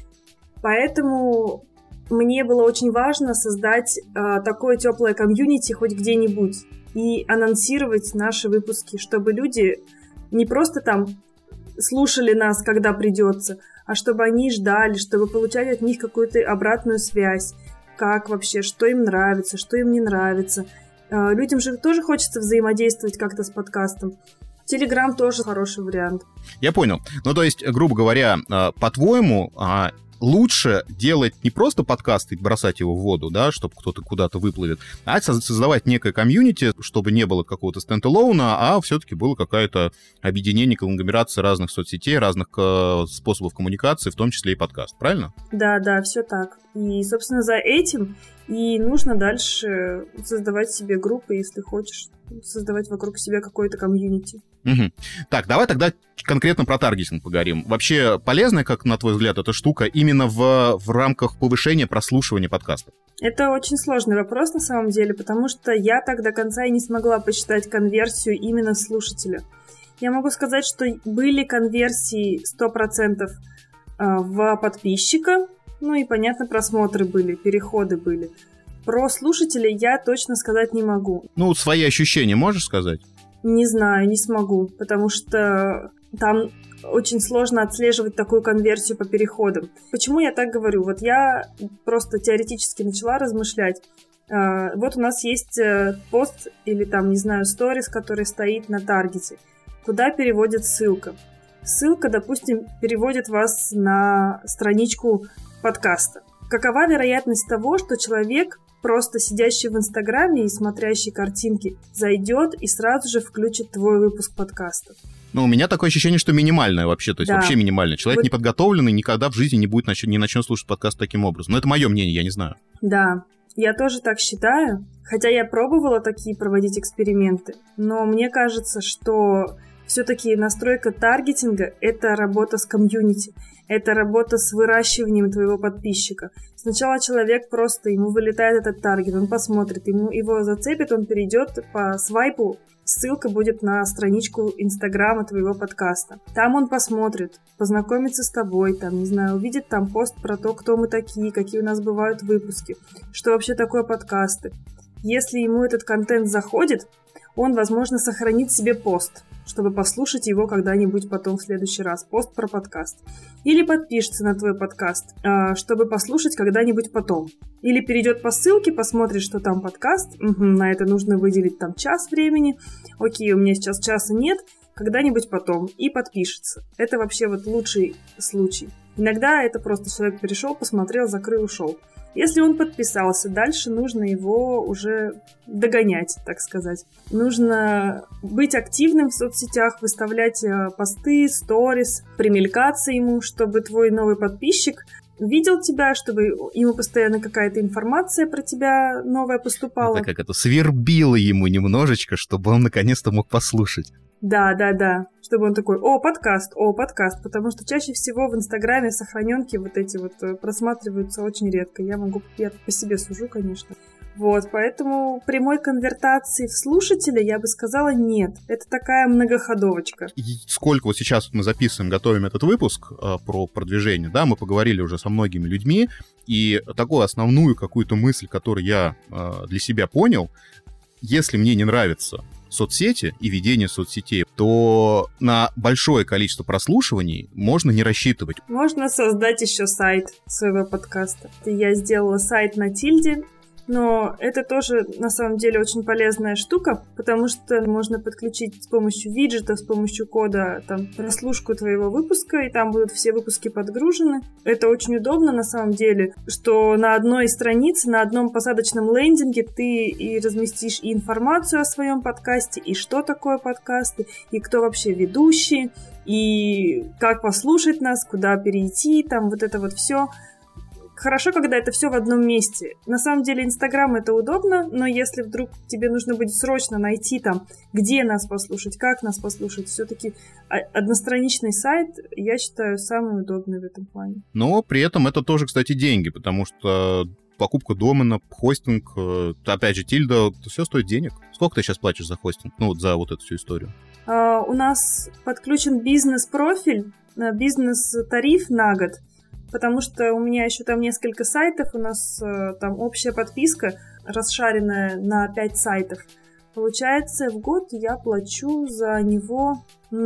Поэтому мне было очень важно создать такое теплое комьюнити хоть где-нибудь и анонсировать наши выпуски, чтобы люди не просто там слушали нас, когда придется, а чтобы они ждали, чтобы получать от них какую-то обратную связь, как вообще, что им нравится, что им не нравится. Людям же тоже хочется взаимодействовать как-то с подкастом. Телеграм тоже хороший вариант. Я понял. Ну, то есть, грубо говоря, по-твоему, лучше делать не просто подкаст и бросать его в воду, да, чтобы кто-то куда-то выплывет, а создавать некое комьюнити, чтобы не было какого-то стендалона, а все-таки было какое-то объединение, конгломерация разных соцсетей, разных способов коммуникации, в том числе и подкаст, правильно? Да, все так. И, собственно, за этим и нужно дальше создавать себе группы, если хочешь, создавать вокруг себя какое-то комьюнити. Угу. Так, давай тогда конкретно про таргетинг поговорим. Вообще полезная, как на твой взгляд, эта штука именно в рамках повышения прослушивания подкастов? Это очень сложный вопрос на самом деле, потому что я так до конца и не смогла посчитать конверсию именно слушателя. Я могу сказать, что были конверсии 100% в подписчика, ну и, понятно, просмотры были, переходы были. Про слушателей я точно сказать не могу. Ну, свои ощущения можешь сказать? Не знаю, не смогу, потому что там очень сложно отслеживать такую конверсию по переходам. Почему я так говорю? Вот я просто теоретически начала размышлять. Вот у нас есть пост или там, не знаю, сторис, который стоит на таргете. Куда переводит ссылка? Ссылка, допустим, переводит вас на страничку подкаста. Какова вероятность того, что человек, просто сидящий в Инстаграме и смотрящий картинки, зайдет и сразу же включит твой выпуск подкаста? Ну, у меня такое ощущение, что минимальное вообще, то есть вообще минимальное. Человек неподготовленный никогда в жизни не начнет слушать подкаст таким образом. Но это мое мнение, я не знаю. Да, я тоже так считаю, хотя я пробовала такие проводить эксперименты, но мне кажется, что все-таки настройка таргетинга – это работа с комьюнити, это работа с выращиванием твоего подписчика. Сначала человек просто, ему вылетает этот таргет, он посмотрит, его зацепит, он перейдет по свайпу, ссылка будет на страничку Инстаграма твоего подкаста. Там он посмотрит, познакомится с тобой, там, не знаю, увидит там пост про то, кто мы такие, какие у нас бывают выпуски, что вообще такое подкасты. Если ему этот контент заходит, он, возможно, сохранит себе пост, чтобы послушать его когда-нибудь потом в следующий раз. Пост про подкаст. Или подпишется на твой подкаст, чтобы послушать когда-нибудь потом. Или перейдет по ссылке, посмотрит, что там подкаст. На это нужно выделить там час времени. Окей, у меня сейчас часа нет. Когда-нибудь потом. И подпишется. Это вообще вот лучший случай. Иногда это просто человек перешел, посмотрел, закрыл, ушел. Если он подписался, дальше нужно его уже догонять, так сказать. Нужно быть активным в соцсетях, выставлять посты, сторис, примелькаться ему, чтобы твой новый подписчик видел тебя, чтобы ему постоянно какая-то информация про тебя новая поступала. Это как это, свербило ему немножечко, чтобы он наконец-то мог послушать. Да. Чтобы он такой, подкаст, потому что чаще всего в Инстаграме сохраненки вот эти вот просматриваются очень редко. Я по себе сужу, конечно. Вот, поэтому прямой конвертации в слушателя, я бы сказала, нет. Это такая многоходовочка. И сколько вот сейчас мы записываем, готовим этот выпуск про продвижение, да, мы поговорили уже со многими людьми, и такую основную какую-то мысль, которую я для себя понял, если мне не нравится соцсети и ведение соцсетей, то на большое количество прослушиваний можно не рассчитывать. Можно создать еще сайт своего подкаста. Я сделала сайт на Тильде, но это тоже на самом деле очень полезная штука, потому что можно подключить с помощью виджета, с помощью кода там прослушку твоего выпуска, и там будут все выпуски подгружены. Это очень удобно на самом деле, что на одной странице, на одном посадочном лендинге ты и разместишь и информацию о своем подкасте, и что такое подкасты, и кто вообще ведущий, и как послушать нас, куда перейти, там вот это вот все. Хорошо, когда это все в одном месте. На самом деле, Инстаграм — это удобно, но если вдруг тебе нужно будет срочно найти там, где нас послушать, как нас послушать, все-таки одностраничный сайт, я считаю, самый удобный в этом плане. Но при этом это тоже, кстати, деньги, потому что покупка домена, хостинг, опять же, Тильда, это все стоит денег. Сколько ты сейчас платишь за хостинг? Ну, вот за вот эту всю историю. У нас подключен бизнес-профиль, бизнес-тариф на год. Потому что у меня еще там несколько сайтов, у нас там общая подписка, расшаренная на 5 сайтов. Получается, в год я плачу за него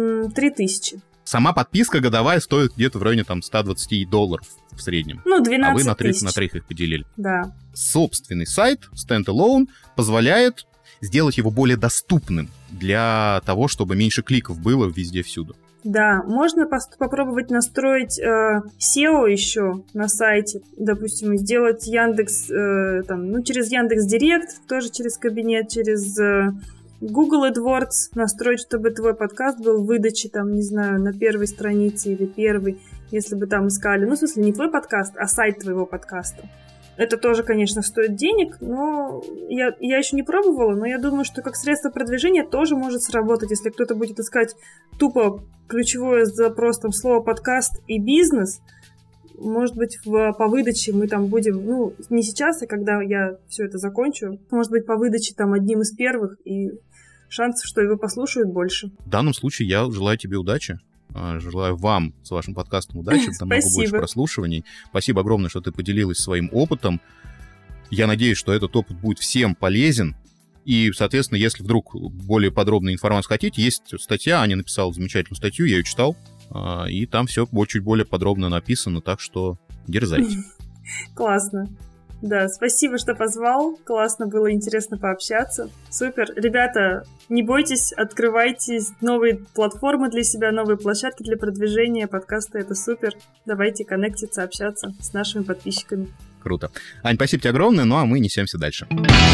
3000. Сама подписка годовая стоит где-то в районе там $120 в среднем. Ну, 12 а вы на тысяч. троих их поделили. Да. Собственный сайт, standalone, позволяет сделать его более доступным для того, чтобы меньше кликов было везде-всюду. Да, можно попробовать настроить SEO еще на сайте, допустим, сделать Яндекс, через Яндекс.Директ, тоже через кабинет, через Google AdWords, настроить, чтобы твой подкаст был в выдаче, на первой странице или первой, если бы там искали. В смысле, не твой подкаст, а сайт твоего подкаста. Это тоже, конечно, стоит денег, но я еще не пробовала, но я думаю, что как средство продвижения тоже может сработать, если кто-то будет искать тупо ключевое запрос, слово подкаст и бизнес. Может быть, по выдаче мы там будем, не сейчас, а когда я все это закончу, может быть, по выдаче одним из первых, и шансов, что его послушают, больше. В данном случае я желаю тебе удачи. Желаю вам с вашим подкастом удачи, намного больше прослушиваний. Спасибо огромное, что ты поделилась своим опытом. Я надеюсь, что этот опыт будет всем полезен. И, соответственно, если вдруг более подробную информацию хотите, есть статья, Аня написала замечательную статью, я ее читал, и там все чуть более подробно написано, так что дерзайте. Классно. Да, спасибо, что позвал. Классно было, интересно пообщаться. Супер. Ребята, не бойтесь, открывайте новые платформы для себя, новые площадки для продвижения подкаста. Это супер. Давайте коннектиться, общаться с нашими подписчиками. Круто. Ань, спасибо тебе огромное, ну а мы несемся дальше.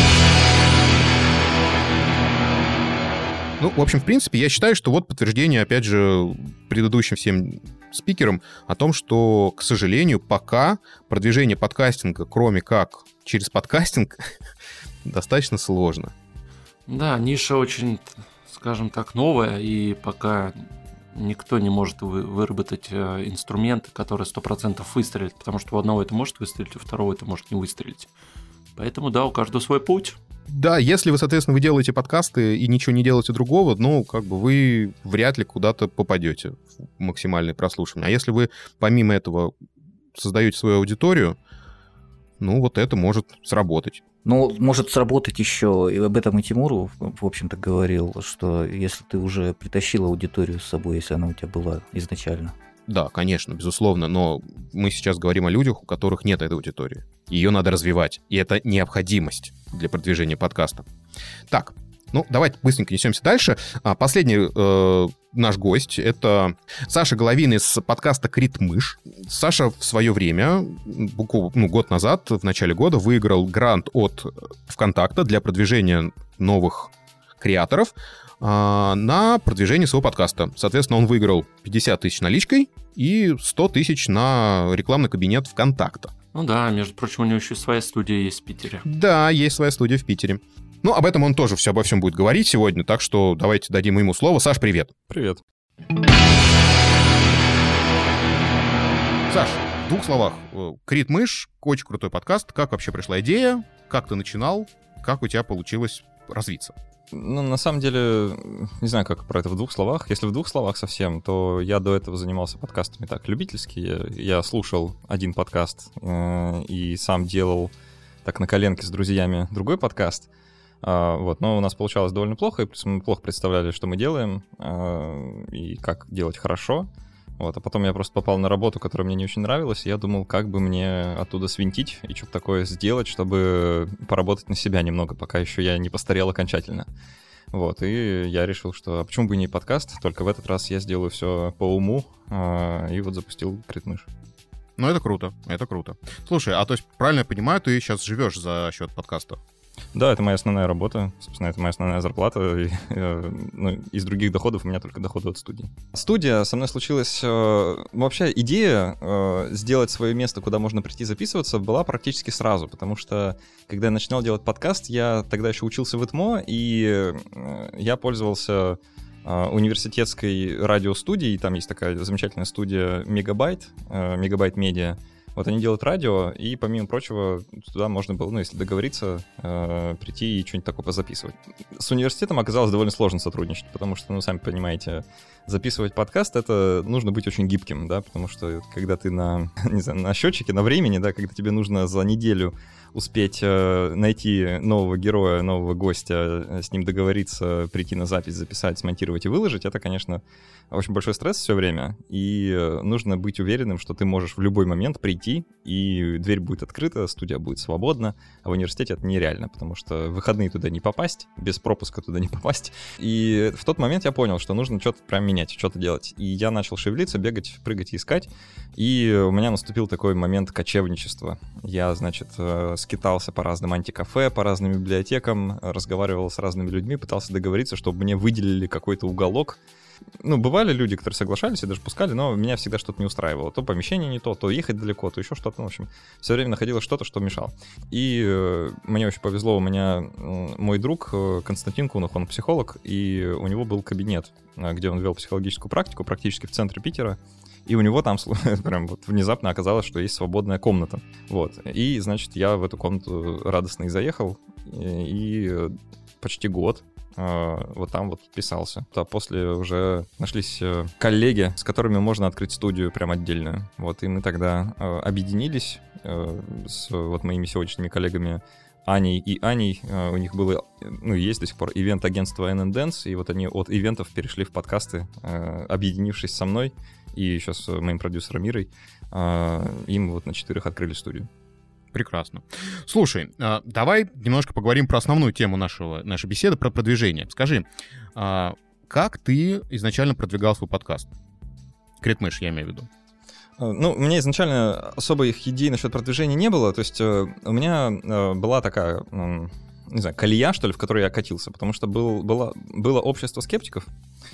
В общем, в принципе, я считаю, что вот подтверждение, опять же, предыдущим всем спикерам о том, что, к сожалению, пока продвижение подкастинга, кроме как через подкастинг, достаточно сложно. Да, ниша очень, скажем так, новая, и пока никто не может выработать инструменты, которые 100% выстрелят, потому что у одного это может выстрелить, у второго это может не выстрелить. Поэтому, да, у каждого свой путь. Да, если вы, соответственно, вы делаете подкасты и ничего не делаете другого, вы вряд ли куда-то попадете в максимальное прослушивание. А если вы помимо этого создаете свою аудиторию, это может сработать. Может сработать еще, и об этом и Тимур, в общем-то, говорил, что если ты уже притащил аудиторию с собой, если она у тебя была изначально. Да, конечно, безусловно, но мы сейчас говорим о людях, у которых нет этой аудитории. Ее надо развивать, и это необходимость для продвижения подкаста. Так, давайте быстренько несемся дальше. Последний наш гость — это Саша Головин из подкаста «Критмыш». Саша в свое время, год назад, в начале года, выиграл грант от ВКонтакта для продвижения новых креаторов на продвижение своего подкаста. Соответственно, он выиграл 50 тысяч наличкой и 100 тысяч на рекламный кабинет ВКонтакта. Да, между прочим, у него еще своя студия есть в Питере. Да, есть своя студия в Питере. Об этом он тоже обо всем будет говорить сегодня, так что давайте дадим ему слово. Саш, привет. Привет. Саш, в 2 словах. «Критмыш» — очень крутой подкаст. Как вообще пришла идея? Как ты начинал? Как у тебя получилось развиться? На самом деле, не знаю, как про это в 2 словах. Если в 2 словах совсем, то я до этого занимался подкастами так, любительски. Я слушал один подкаст и сам делал так на коленке с друзьями другой подкаст. Но у нас получалось довольно плохо, и плюс мы плохо представляли, что мы делаем и как делать хорошо. А потом я просто попал на работу, которая мне не очень нравилась, и я думал, как бы мне оттуда свинтить и что-то такое сделать, чтобы поработать на себя немного, пока еще я не постарел окончательно. И я решил, что почему бы и не подкаст, только в этот раз я сделаю все по уму, и запустил «Критмыш». Это круто, это круто. Слушай, то есть, правильно я понимаю, ты сейчас живешь за счет подкаста? Да, это моя основная работа, собственно, это моя основная зарплата. Из других доходов у меня только доходы от студии. Студия со мной случилась... Вообще идея сделать свое место, куда можно прийти записываться, была практически сразу, потому что, когда я начинал делать подкаст, я тогда еще учился в ИТМО, и я пользовался университетской радиостудией, там есть такая замечательная студия Мегабайт Медиа. Они делают радио, и, помимо прочего, туда можно было, если договориться, прийти и что-нибудь такое позаписывать. С университетом оказалось довольно сложно сотрудничать, потому что, сами понимаете, записывать подкаст — это нужно быть очень гибким, да, потому что когда ты на счетчике, на времени, да, когда тебе нужно за неделю успеть найти нового героя, нового гостя, с ним договориться, прийти на запись, записать, смонтировать и выложить, это, конечно, очень большой стресс все время, и нужно быть уверенным, что ты можешь в любой момент прийти, и дверь будет открыта, студия будет свободна, а в университете это нереально, потому что в выходные туда не попасть, без пропуска туда не попасть. И в тот момент я понял, что нужно что-то прям менять, что-то делать. И я начал шевелиться, бегать, прыгать и искать. И у меня наступил такой момент кочевничества. Я, значит, скитался по разным антикафе, по разным библиотекам, разговаривал с разными людьми, пытался договориться, чтобы мне выделили какой-то уголок. Ну, бывали люди, которые соглашались и даже пускали, но меня всегда что-то не устраивало. То помещение не то ехать далеко, то еще что-то. Ну, в общем, все время находилось что-то, что мешало. И мне очень повезло, у меня мой друг Константин Кунов, он психолог, и у него был кабинет, где он вел психологическую практику, практически в центре Питера. И у него там прям вот внезапно оказалось, что есть свободная комната. Вот. И, значит, я в эту комнату радостно и заехал, и почти год вот там вот писался. А после уже нашлись коллеги, с которыми можно открыть студию прям отдельную. Вот, и мы тогда объединились с вот моими сегодняшними коллегами Аней и Аней. У них было, ну, есть до сих пор ивент-агентство N&Dance, и вот они от ивентов перешли в подкасты, объединившись со мной и еще с моим продюсером Ирой. Им вот на 4 открыли студию. Прекрасно. Слушай, давай немножко поговорим про основную тему нашей беседы, про продвижение. Скажи, как ты изначально продвигал свой подкаст? Критмыш, я имею в виду. Ну, у меня изначально особо их идей насчет продвижения не было. То есть у меня была такая, не знаю, колея, что ли, в которой я катился. Потому что было общество скептиков,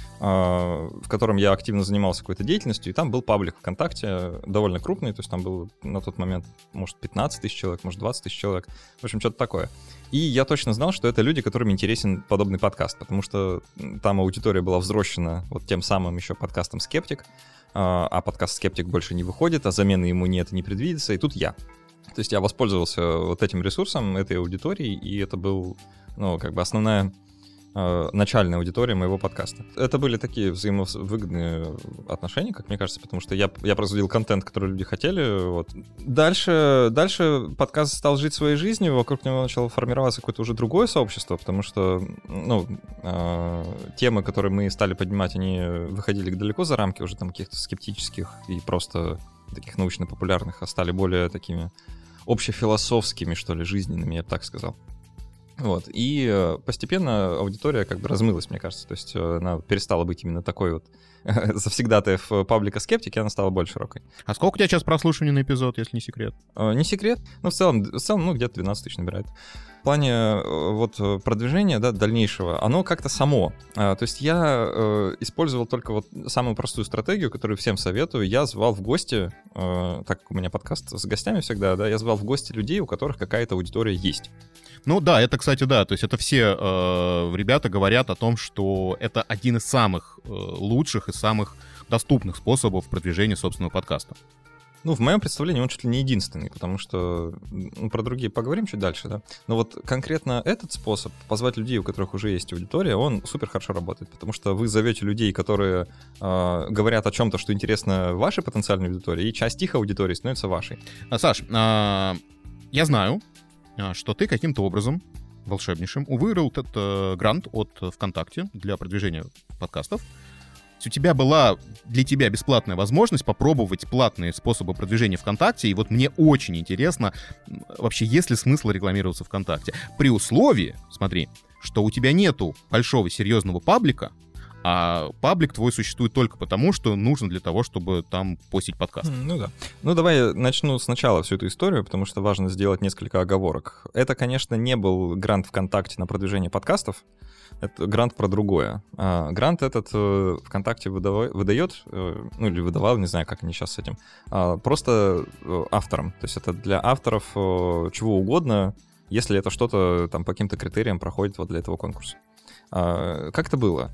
в котором я активно занимался какой-то деятельностью, и там был паблик ВКонтакте довольно крупный, то есть там было на тот момент, может, 15 тысяч человек, может, 20 тысяч человек, в общем, что-то такое. И я точно знал, что это люди, которым интересен подобный подкаст, потому что там аудитория была взрощена вот тем самым еще подкастом «Скептик», а подкаст «Скептик» больше не выходит, а замены ему нет и не предвидится, и тут я. То есть я воспользовался вот этим ресурсом, этой аудиторией, и это был, ну, как бы основная начальная аудитория моего подкаста. Это были такие взаимовыгодные отношения, как мне кажется, потому что я производил контент, который люди хотели. Вот. Дальше подкаст стал жить своей жизнью, вокруг него начало формироваться какое-то уже другое сообщество, потому что, ну, темы, которые мы стали поднимать, они выходили далеко за рамки уже там каких-то скептических и просто таких научно-популярных, а стали более такими общефилософскими, что ли, жизненными, я бы так сказал. Вот, и постепенно аудитория как бы размылась, мне кажется, то есть она перестала быть именно такой вот завсегдатаев паблика «Скептики», она стала более широкой. А сколько у тебя сейчас прослушиваний на эпизод, если не секрет? Не секрет, но в целом, ну, где-то 12 тысяч набирает. В плане вот продвижения, да, дальнейшего, оно как-то само. То есть я использовал только вот самую простую стратегию, которую всем советую. Я звал в гости, так как у меня подкаст с гостями всегда, да, я звал в гости людей, у которых какая-то аудитория есть. Ну да, это, кстати, да, то есть это все ребята говорят о том, что это один из самых лучших и самых доступных способов продвижения собственного подкаста. Ну, в моем представлении он чуть ли не единственный, потому что, ну, про другие поговорим чуть дальше, да. Но вот конкретно этот способ, позвать людей, у которых уже есть аудитория, он супер хорошо работает, потому что вы зовете людей, которые говорят о чем-то, что интересно вашей потенциальной аудитории, и часть их аудитории становится вашей. Саш, я знаю, что ты каким-то образом волшебнейшим выиграл этот грант от ВКонтакте для продвижения подкастов. У тебя была для тебя бесплатная возможность попробовать платные способы продвижения ВКонтакте, и вот мне очень интересно, вообще, есть ли смысл рекламироваться ВКонтакте? При условии, смотри, что у тебя нету большого серьезного паблика, а паблик твой существует только потому, что нужно для того, чтобы там постить подкаст. Ну да. Ну давай я начну сначала всю эту историю, потому что важно сделать несколько оговорок. Это, конечно, не был грант ВКонтакте на продвижение подкастов, это грант про другое. Грант этот ВКонтакте выдает, ну или выдавал, не знаю, как они сейчас с этим, просто авторам. То есть это для авторов чего угодно, если это что-то там по каким-то критериям проходит вот для этого конкурса. Как это было?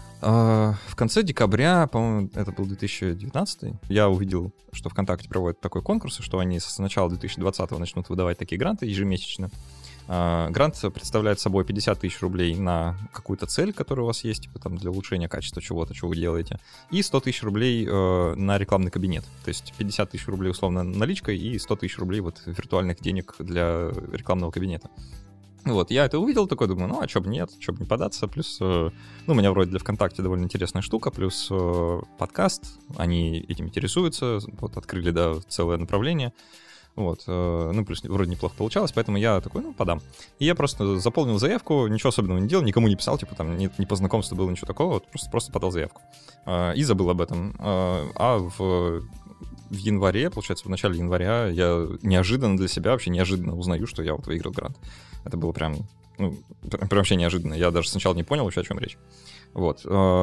В конце декабря, по-моему, это был 2019, я увидел, что ВКонтакте проводят такой конкурс, и что они с начала 2020 начнут выдавать такие гранты ежемесячно. Грант представляет собой 50 тысяч рублей на какую-то цель, которая у вас есть, типа там для улучшения качества чего-то, что вы делаете, и 100 тысяч рублей на рекламный кабинет. То есть 50 тысяч рублей условно наличкой и 100 тысяч рублей вот виртуальных денег для рекламного кабинета. Вот, я это увидел, такой думаю, ну, а чё бы нет, чё бы не податься, плюс, ну, у меня вроде для ВКонтакте довольно интересная штука, плюс подкаст, они этим интересуются, вот, открыли, да, целое направление, Вот, ну, плюс вроде неплохо получалось, поэтому я такой, ну, подам. И я просто заполнил заявку, ничего особенного не делал, никому не писал, типа, там, не по знакомству было ничего такого, вот, просто подал заявку. И забыл об этом. А в январе, получается, в начале января я неожиданно для себя, вообще неожиданно узнаю, что я вот выиграл грант. Это было прям, ну, прям вообще неожиданно. Я даже сначала не понял вообще, о чем речь. Вот.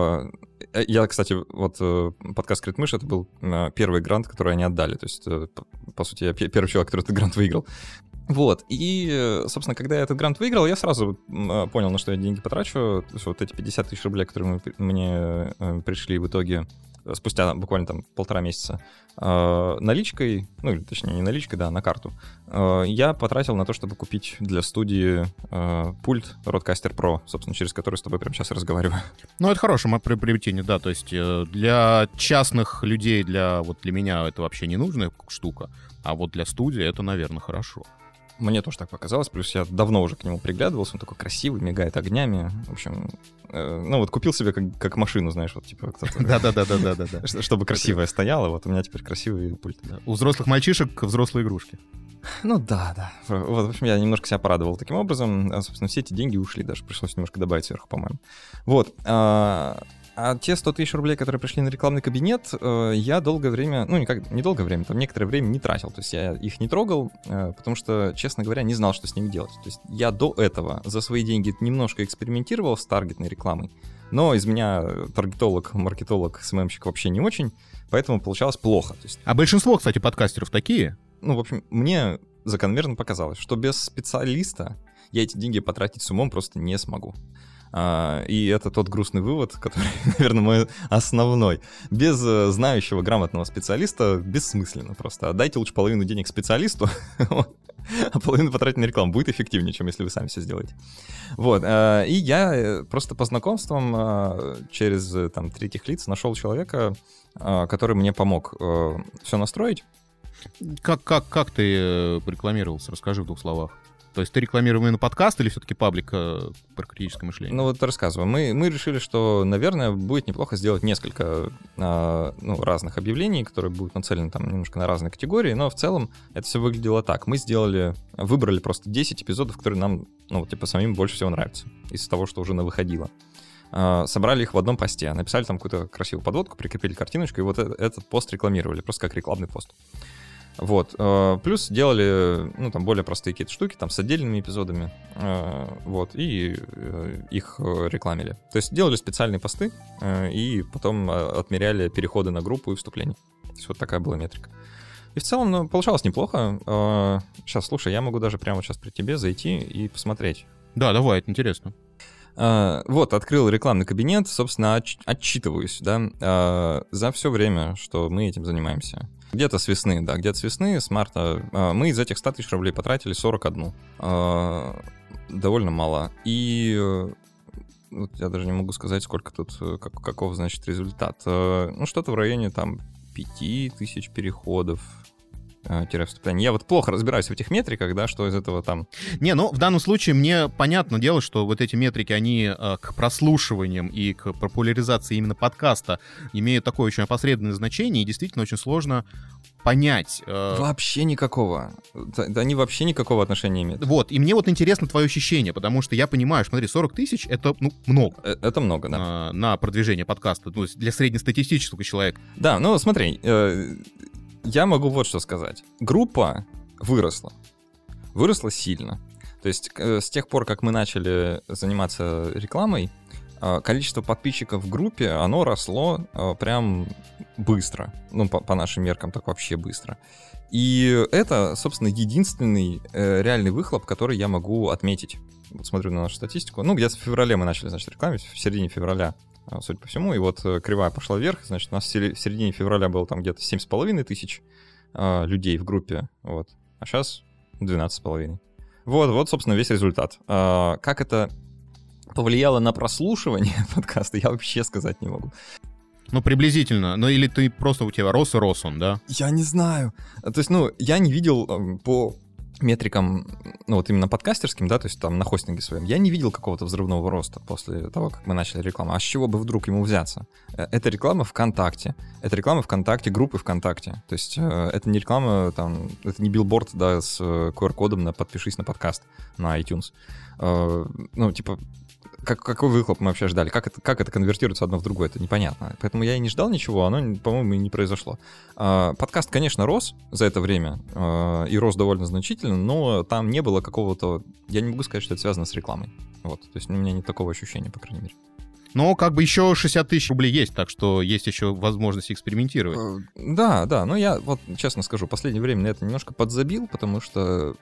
Я, кстати, вот подкаст «Крит Мышь» — это был первый грант, который они отдали. То есть, по сути, я первый человек, который этот грант выиграл. Вот. И, собственно, когда я этот грант выиграл, я сразу понял, на что я деньги потрачу. То есть вот эти 50 тысяч рублей, которые мне пришли в итоге спустя буквально там 1,5 месяца наличкой, ну, или точнее не наличкой, да, на карту, я потратил на то, чтобы купить для студии пульт Rodecaster Pro, собственно, через который с тобой прямо сейчас разговариваю. Ну, это хорошее приобретение, да, то есть для частных людей, для меня это вообще не нужная штука, а вот для студии это, наверное, хорошо. Мне тоже так показалось, плюс я давно уже к нему приглядывался, он такой красивый, мигает огнями, в общем, ну вот купил себе как машину, знаешь, вот типа кто-то... Да-да-да. Чтобы красивая стояла, вот у меня теперь красивый пульт. У взрослых мальчишек взрослые игрушки. Ну да. Вот, в общем, я немножко себя порадовал таким образом, собственно, все эти деньги ушли, даже пришлось немножко добавить сверху, по-моему. Вот, а те 100 тысяч рублей, которые пришли на рекламный кабинет, я долгое время, ну, не долгое время, там некоторое время не тратил. То есть я их не трогал, потому что, честно говоря, не знал, что с ними делать. То есть я до этого за свои деньги немножко экспериментировал с таргетной рекламой, но из меня таргетолог, маркетолог, СММщик вообще не очень, поэтому получалось плохо. То есть... А большинство, кстати, подкастеров такие? Ну, в общем, мне закономерно показалось, что без специалиста я эти деньги потратить с умом просто не смогу. И это тот грустный вывод, который, наверное, мой основной. Без знающего, грамотного специалиста бессмысленно просто. Отдайте лучше половину денег специалисту, а половину потратить на рекламу. Будет эффективнее, чем если вы сами все сделаете. Вот. И я просто по знакомствам через там, третьих лиц нашел человека, который мне помог все настроить. Как ты рекламировался? Расскажи в 2 словах. То есть ты рекламировал именно подкаст или все-таки паблик про критическое мышление? Ну вот рассказываю. Мы решили, что, наверное, будет неплохо сделать несколько разных объявлений, которые будут нацелены там немножко на разные категории, но в целом это все выглядело так. Мы выбрали просто 10 эпизодов, которые нам, самим больше всего нравятся из того, что уже навыходило. Собрали их в одном посте, написали там какую-то красивую подводку, прикрепили картиночку, и вот этот пост рекламировали, просто как рекламный пост. Вот, плюс делали, там более простые какие-то штуки, там с отдельными эпизодами, вот, и их рекламили. То есть делали специальные посты, и потом отмеряли переходы на группу и вступления. То есть вот такая была метрика. И в целом, получалось неплохо. Сейчас, слушай, я могу даже прямо сейчас при тебе зайти и посмотреть. Да, давай, это интересно. Вот, открыл рекламный кабинет, собственно, отчитываюсь, да, за все время, что мы этим занимаемся. Где-то с весны, с марта. Мы из этих 100 тысяч рублей потратили 41. Довольно мало. И вот я даже не могу сказать, сколько тут, каков, значит, результат. Что-то в районе, там, 5000 переходов, вступление. Я вот плохо разбираюсь в этих метриках, да, что из этого там... в данном случае мне понятно дело, что вот эти метрики, они к прослушиваниям и к популяризации именно подкаста имеют такое очень опосредованное значение, и действительно очень сложно понять... Вообще никакого. Они вообще никакого отношения имеют. Вот, и мне вот интересно твое ощущение, потому что я понимаю, смотри, 40 тысяч — это, много. Это много, да. На продвижение подкаста, для среднестатистического человека. Да, смотри... Я могу вот что сказать. Группа выросла. Выросла сильно. То есть с тех пор, как мы начали заниматься рекламой, количество подписчиков в группе, оно росло прям быстро. По нашим меркам так вообще быстро. И это, собственно, единственный реальный выхлоп, который я могу отметить. Вот смотрю на нашу статистику. Где-то в феврале мы начали, значит, рекламировать, в середине февраля. Судя по всему, и вот кривая пошла вверх, значит, у нас в середине февраля было там где-то 7,5 тысяч людей в группе, вот, а сейчас 12,5. Вот, собственно, весь результат. Как это повлияло на прослушивание подкаста, я вообще сказать не могу. Приблизительно. Или ты просто у тебя рос он, да? Я не знаю. То есть, я не видел по метрикам, ну вот именно подкастерским, да, то есть там на хостинге своем, я не видел какого-то взрывного роста после того, как мы начали рекламу. А с чего бы вдруг ему взяться? Это реклама ВКонтакте, группы ВКонтакте. То есть это не реклама, там, это не билборд, да, с QR-кодом на «подпишись на подкаст» на iTunes. Ну, типа, какой выхлоп мы вообще ждали? Как это конвертируется одно в другое? Это непонятно. Поэтому я и не ждал ничего, оно, по-моему, и не произошло. Подкаст, конечно, рос за это время, и рос довольно значительно, но там не было какого-то... Я не могу сказать, что это связано с рекламой. Вот. То есть у меня нет такого ощущения, по крайней мере. Но как бы еще 60 тысяч рублей есть, так что есть еще возможность экспериментировать. Да, но я вот честно скажу, в последнее время на это немножко подзабил, потому что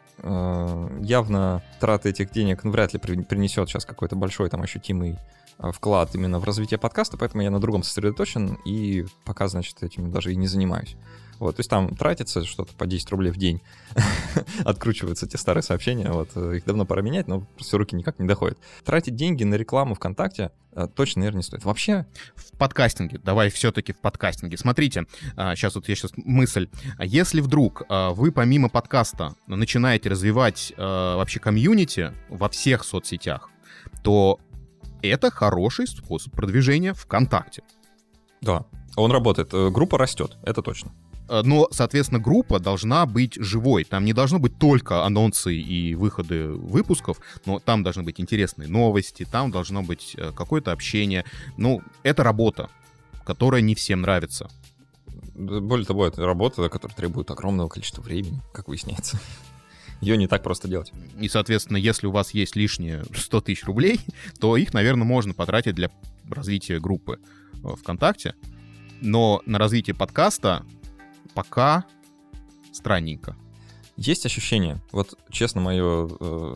явно трата этих денег вряд ли принесет сейчас какой-то большой там ощутимый вклад именно в развитие подкаста, поэтому я на другом сосредоточен и пока, значит, этим даже и не занимаюсь. Вот, то есть там тратится что-то по 10 рублей в день, откручиваются те старые сообщения, вот, их давно пора менять, но все руки никак не доходят. Тратить деньги на рекламу ВКонтакте точно, наверное, не стоит. Вообще... В подкастинге, давай все-таки в подкастинге. Смотрите, сейчас мысль. Если вдруг вы помимо подкаста начинаете развивать вообще комьюнити во всех соцсетях, то это хороший способ продвижения ВКонтакте. Да, он работает, группа растет, это точно. Но, соответственно, группа должна быть живой. Там не должно быть только анонсы и выходы выпусков, но там должны быть интересные новости, там должно быть какое-то общение. Ну, это работа, которая не всем нравится. Более того, это работа, которая требует огромного количества времени, как выясняется. Ее не так просто делать. И, соответственно, если у вас есть лишние 100 тысяч рублей, то их, наверное, можно потратить для развития группы ВКонтакте. Но на развитие подкаста пока странненько. Есть ощущение, вот честно мое,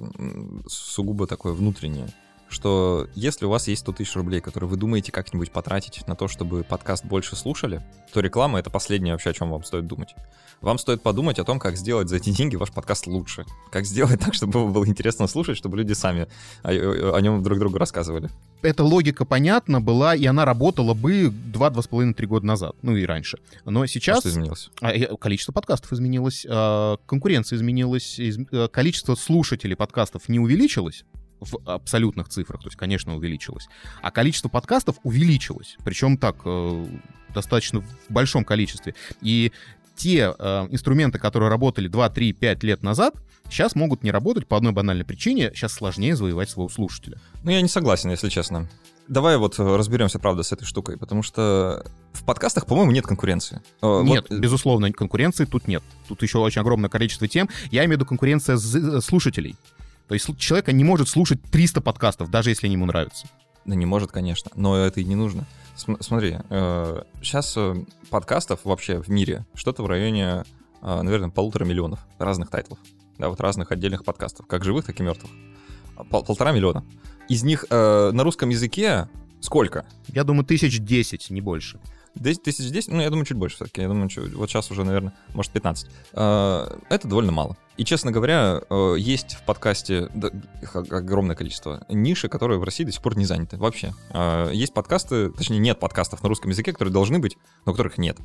сугубо такое внутреннее, что если у вас есть 100 тысяч рублей, которые вы думаете как-нибудь потратить на то, чтобы подкаст больше слушали, то реклама — это последнее вообще, о чем вам стоит думать. Вам стоит подумать о том, как сделать за эти деньги ваш подкаст лучше. Как сделать так, чтобы его было интересно слушать, чтобы люди сами о нем друг другу рассказывали. Эта логика понятна была, и она работала бы 2-2,5-3 года назад, ну и раньше. Но сейчас... Что изменилось? Количество подкастов изменилось, конкуренция изменилась, количество слушателей подкастов не увеличилось в абсолютных цифрах, то есть, конечно, увеличилось, а количество подкастов увеличилось, причем так, достаточно в большом количестве. И те инструменты, которые работали 2, 3, 5 лет назад, сейчас могут не работать по одной банальной причине, сейчас сложнее завоевать своего слушателя. Ну, я не согласен, если честно. Давай вот разберемся, правда, с этой штукой, потому что в подкастах, по-моему, нет конкуренции. Нет, безусловно, конкуренции тут нет. Тут еще очень огромное количество тем. Я имею в виду конкуренция слушателей. То есть человек не может слушать 300 подкастов, даже если они ему нравятся. Да не может, конечно, но это и не нужно. Смотри, сейчас подкастов вообще в мире что-то в районе, наверное, 1,5 миллиона разных тайтлов. Да, вот разных отдельных подкастов, как живых, так и мертвых. 1,5 миллиона. Из них на русском языке сколько? Я думаю, 1010, не больше. 1010? Ну, я думаю, чуть больше все-таки. Я думаю, вот сейчас уже, наверное, может, 15. Это довольно мало. И, честно говоря, есть в подкасте огромное количество ниши, которые в России до сих пор не заняты вообще. Есть подкасты, точнее, нет подкастов на русском языке, которые должны быть, но которых нет.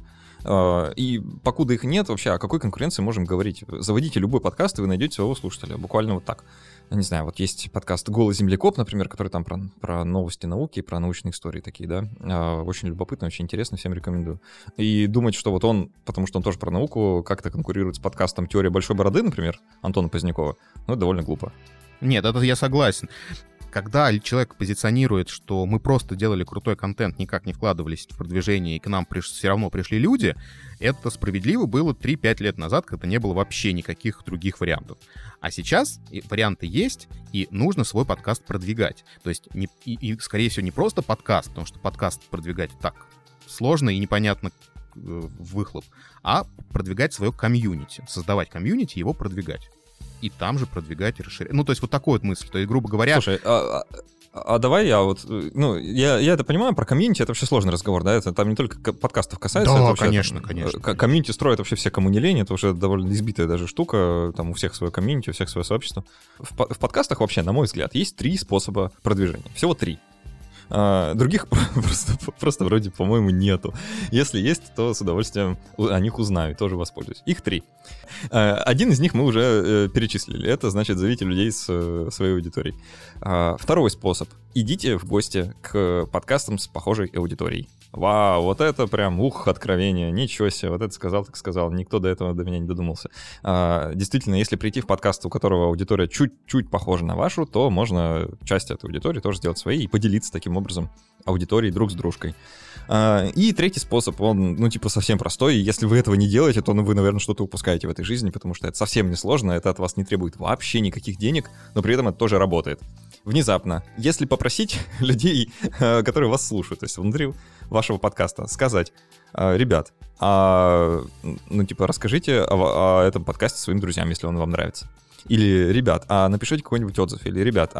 И покуда их нет, вообще о какой конкуренции можем говорить? Заводите любой подкаст, и вы найдете своего слушателя. Буквально вот так. Не знаю, вот есть подкаст «Голый землекоп», например, который там про новости науки, про научные истории такие, да. Очень любопытно, очень интересно, всем рекомендую. И думать, что вот он, потому что он тоже про науку, как-то конкурирует с подкастом «Теория большой бороды», например, Антона Позднякова, ну, это довольно глупо. Нет, это я согласен. Когда человек позиционирует, что мы просто делали крутой контент, никак не вкладывались в продвижение, и к нам все равно пришли люди, это справедливо было 3-5 лет назад, когда не было вообще никаких других вариантов. А сейчас варианты есть, и нужно свой подкаст продвигать. То есть, скорее всего, не просто подкаст, потому что подкаст продвигать так сложно и непонятно выхлоп, а продвигать свое комьюнити, создавать комьюнити, его продвигать. И там же продвигать и расширять. Ну, то есть вот такой вот мысль. То есть, грубо говоря... Слушай, давай я вот... Ну, я это понимаю, про комьюнити это вообще сложный разговор, да? Это там не только подкастов касается. Да, это вообще, конечно, конечно. Комьюнити строят вообще все, кому не лень. Это уже довольно избитая даже штука. Там у всех свое комьюнити, у всех свое сообщество. В подкастах вообще, на мой взгляд, есть 3 способа продвижения. Всего 3. Других просто вроде, по-моему, нету. Если есть, то с удовольствием о них узнаю, тоже воспользуюсь. Их 3. Один из них мы уже перечислили. Это, значит, зовите людей с своей аудиторией. Второй способ. Идите в гости к подкастам с похожей аудиторией. Вау, вот это прям, откровение, ничего себе, вот это сказал, так сказал, никто до этого до меня не додумался. Действительно, если прийти в подкаст, у которого аудитория чуть-чуть похожа на вашу, то можно часть этой аудитории тоже сделать своей и поделиться таким образом аудиторией друг с дружкой. И третий способ, он, совсем простой, и если вы этого не делаете, то вы, наверное, что-то упускаете в этой жизни, потому что это совсем не сложно, это от вас не требует вообще никаких денег, но при этом это тоже работает. Внезапно, если попросить людей, которые вас слушают, то есть внутри вашего подкаста, сказать: ребят, расскажите о этом подкасте своим друзьям, если он вам нравится. Или, ребят, напишите какой-нибудь отзыв. Или, ребят,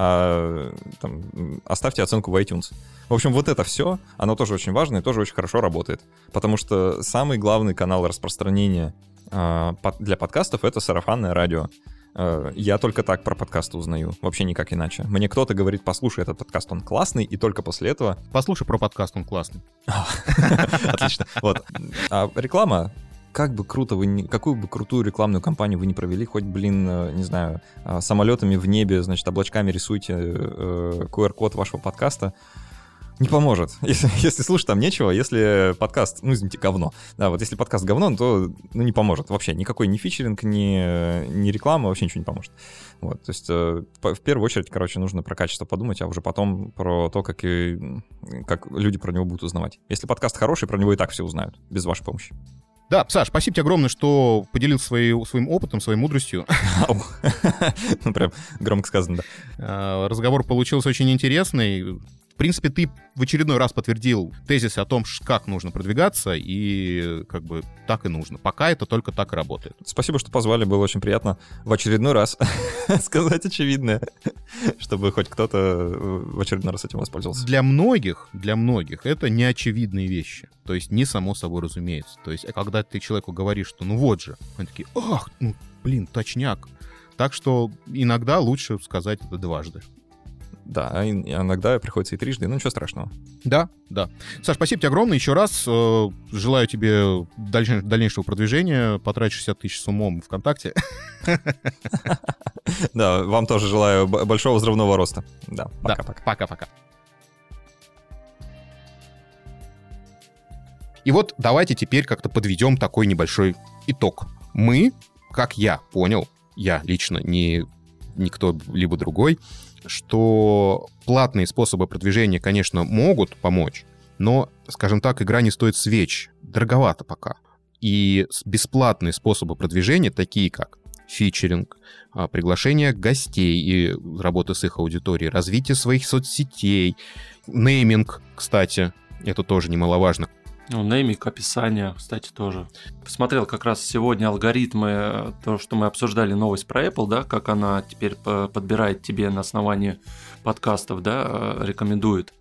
оставьте оценку в iTunes. В общем, вот это все, оно тоже очень важно и тоже очень хорошо работает. Потому что самый главный канал распространения для подкастов — это сарафанное радио. Я только так про подкасты узнаю, вообще никак иначе. Мне кто-то говорит: послушай этот подкаст, он классный, и только после этого... Послушай про подкаст, он классный. Отлично. Вот. А реклама... Как бы круто какую бы крутую рекламную кампанию вы не провели, хоть, не знаю, самолетами в небе, значит, облачками рисуйте QR-код вашего подкаста, не поможет. Если слушать там нечего, если подкаст, извините, говно. Да, вот если подкаст говно, то не поможет вообще. Никакой ни фичеринг, ни реклама, вообще ничего не поможет. Вот, то есть в первую очередь, нужно про качество подумать, а уже потом про то, как люди про него будут узнавать. Если подкаст хороший, про него и так все узнают, без вашей помощи. Да, Саш, спасибо тебе огромное, что поделился своим опытом, своей мудростью. Прям громко сказано, да. Разговор получился очень интересный. В принципе, ты в очередной раз подтвердил тезис о том, как нужно продвигаться, и так и нужно. Пока это только так и работает. Спасибо, что позвали, было очень приятно в очередной раз сказать очевидное, чтобы хоть кто-то в очередной раз этим воспользовался. Для многих это неочевидные вещи. То есть не само собой разумеется. То есть когда ты человеку говоришь, что вот же, они такие: ах, точняк. Так что иногда лучше сказать это дважды. Да, а иногда приходится и трижды, ничего страшного. Да. Саш, спасибо тебе огромное еще раз. Желаю тебе дальнейшего продвижения. Потрачь 60 тысяч с умом ВКонтакте. Да, вам тоже желаю большого взрывного роста. Да, пока-пока. Пока. И вот давайте теперь как-то подведем такой небольшой итог. Мы, как я понял, я лично, не кто-либо другой, что платные способы продвижения, конечно, могут помочь, но, скажем так, игра не стоит свеч. Дороговато пока. И бесплатные способы продвижения, такие как фичеринг, приглашение гостей и работа с их аудиторией, развитие своих соцсетей, нейминг, кстати, это тоже немаловажно. Нейминг, описание, кстати, тоже. Посмотрел как раз сегодня алгоритмы, то, что мы обсуждали новость про Apple, да, как она теперь подбирает тебе на основании подкастов, да, рекомендует.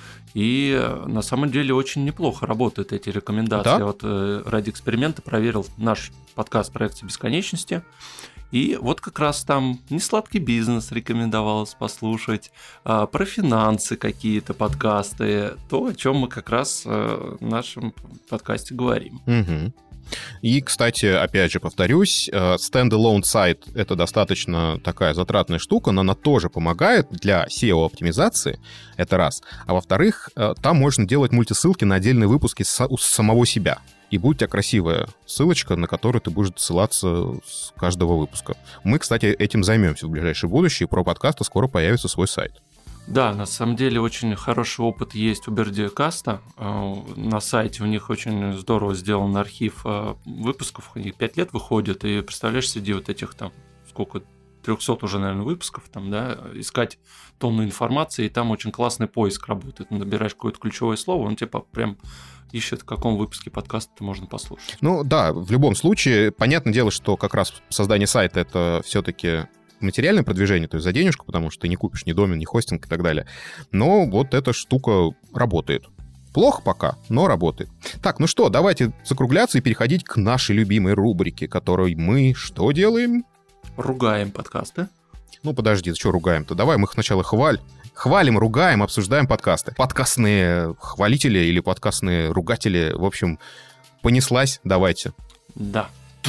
И на самом деле очень неплохо работают эти рекомендации. Да? Я вот ради эксперимента проверил наш подкаст «Проекция бесконечности». И вот как раз там «Несладкий бизнес» рекомендовалось послушать, про финансы какие-то подкасты, то, о чем мы как раз в нашем подкасте говорим. Угу. И, кстати, опять же повторюсь, standalone сайт — это достаточно такая затратная штука, но она тоже помогает для SEO-оптимизации, это раз. А во-вторых, там можно делать мультисылки на отдельные выпуски у самого себя. И будет у тебя красивая ссылочка, на которую ты будешь ссылаться с каждого выпуска. Мы, кстати, этим займемся в ближайшее будущее, и про подкасты скоро появится свой сайт. Да, на самом деле очень хороший опыт есть у Бердикаста. На сайте у них очень здорово сделан архив выпусков. У них 5 лет выходит, и представляешь, среди вот этих там, сколько, 300 уже, наверное, выпусков, там, да, искать тонну информации, и там очень классный поиск работает. Набираешь какое-то ключевое слово, он типа прям ищет, в каком выпуске подкаста можно послушать. Ну да, в любом случае, понятное дело, что как раз создание сайта — это все-таки материальное продвижение, то есть за денежку, потому что ты не купишь ни домен, ни хостинг и так далее. Но вот эта штука работает. Плохо пока, но работает. Так, ну что, давайте закругляться и переходить к нашей любимой рубрике, которой мы что делаем? Ругаем подкасты. Ну, подожди, что ругаем-то? Давай мы их сначала хваль, хвалим, ругаем, обсуждаем подкасты. Подкастные хвалители или подкастные ругатели, в общем, понеслась, давайте. Да.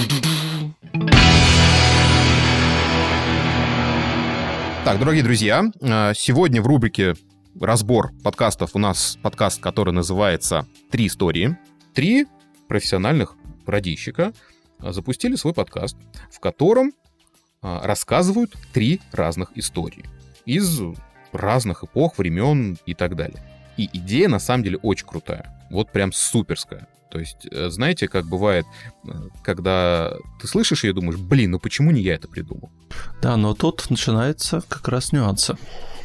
Так, дорогие друзья, сегодня в рубрике «Разбор подкастов» у нас подкаст, который называется «Три истории». 3 профессиональных радищика запустили свой подкаст, в котором рассказывают 3 разных истории из разных эпох, времен и так далее. И идея, на самом деле, очень крутая. Вот прям суперская. То есть, знаете, как бывает, когда ты слышишь ее и думаешь, блин, ну почему не я это придумал? Да, но тут начинается как раз нюансы.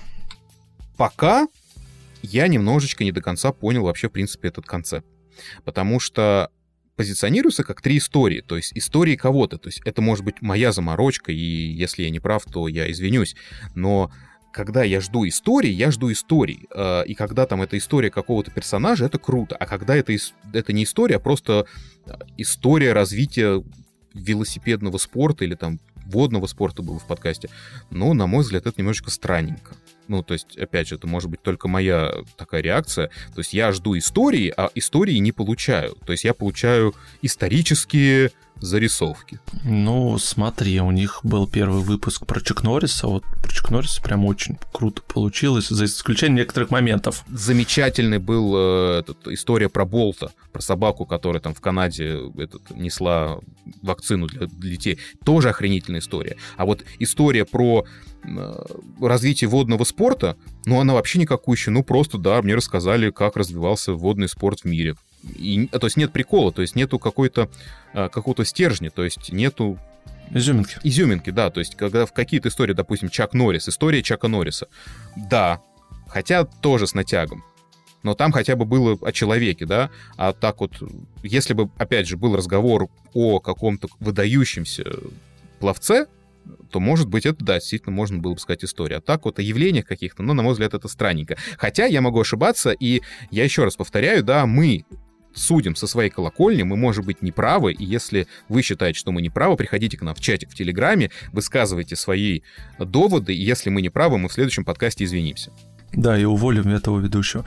Пока я немножечко не до конца понял вообще, в принципе, этот концепт. Потому что позиционируется как 3 истории, то есть истории кого-то. То есть это может быть моя заморочка, и если я не прав, то я извинюсь. Но когда я жду истории, я жду историй. И когда там эта история какого-то персонажа, это круто. А когда это не история, а просто история развития велосипедного спорта или там водного спорта было в подкасте, ну, на мой взгляд, это немножечко странненько. Ну, то есть, опять же, это может быть только моя такая реакция. То есть я жду истории, а истории не получаю. То есть я получаю исторические зарисовки. Ну, смотри, у них был первый выпуск про Чак Норриса. Вот про Чак Норриса прям очень круто получилось, за исключением некоторых моментов. Замечательный был история про Болта, про собаку, которая там в Канаде несла вакцину для детей. Тоже охренительная история. А вот история про развитие водного спорта, ну, она вообще никакущая. Ну, просто, да, мне рассказали, как развивался водный спорт в мире. То есть нет прикола, то есть нету какого-то стержня, то есть нету... Изюминки, да. То есть когда в какие-то истории, допустим, Чак Норрис, история Чака Норриса. Да, хотя тоже с натягом. Но там хотя бы было о человеке, да. А так вот, если бы, опять же, был разговор о каком-то выдающемся пловце, то, может быть, это, да, действительно, можно было бы сказать история. А так вот о явлениях каких-то, ну, на мой взгляд, это странненько. Хотя я могу ошибаться, и я еще раз повторяю, да, мы судим со своей колокольни, мы, может быть, неправы, и если вы считаете, что мы неправы, приходите к нам в чатик в Телеграме, высказывайте свои доводы, и если мы неправы, мы в следующем подкасте извинимся. Да, и уволим этого ведущего.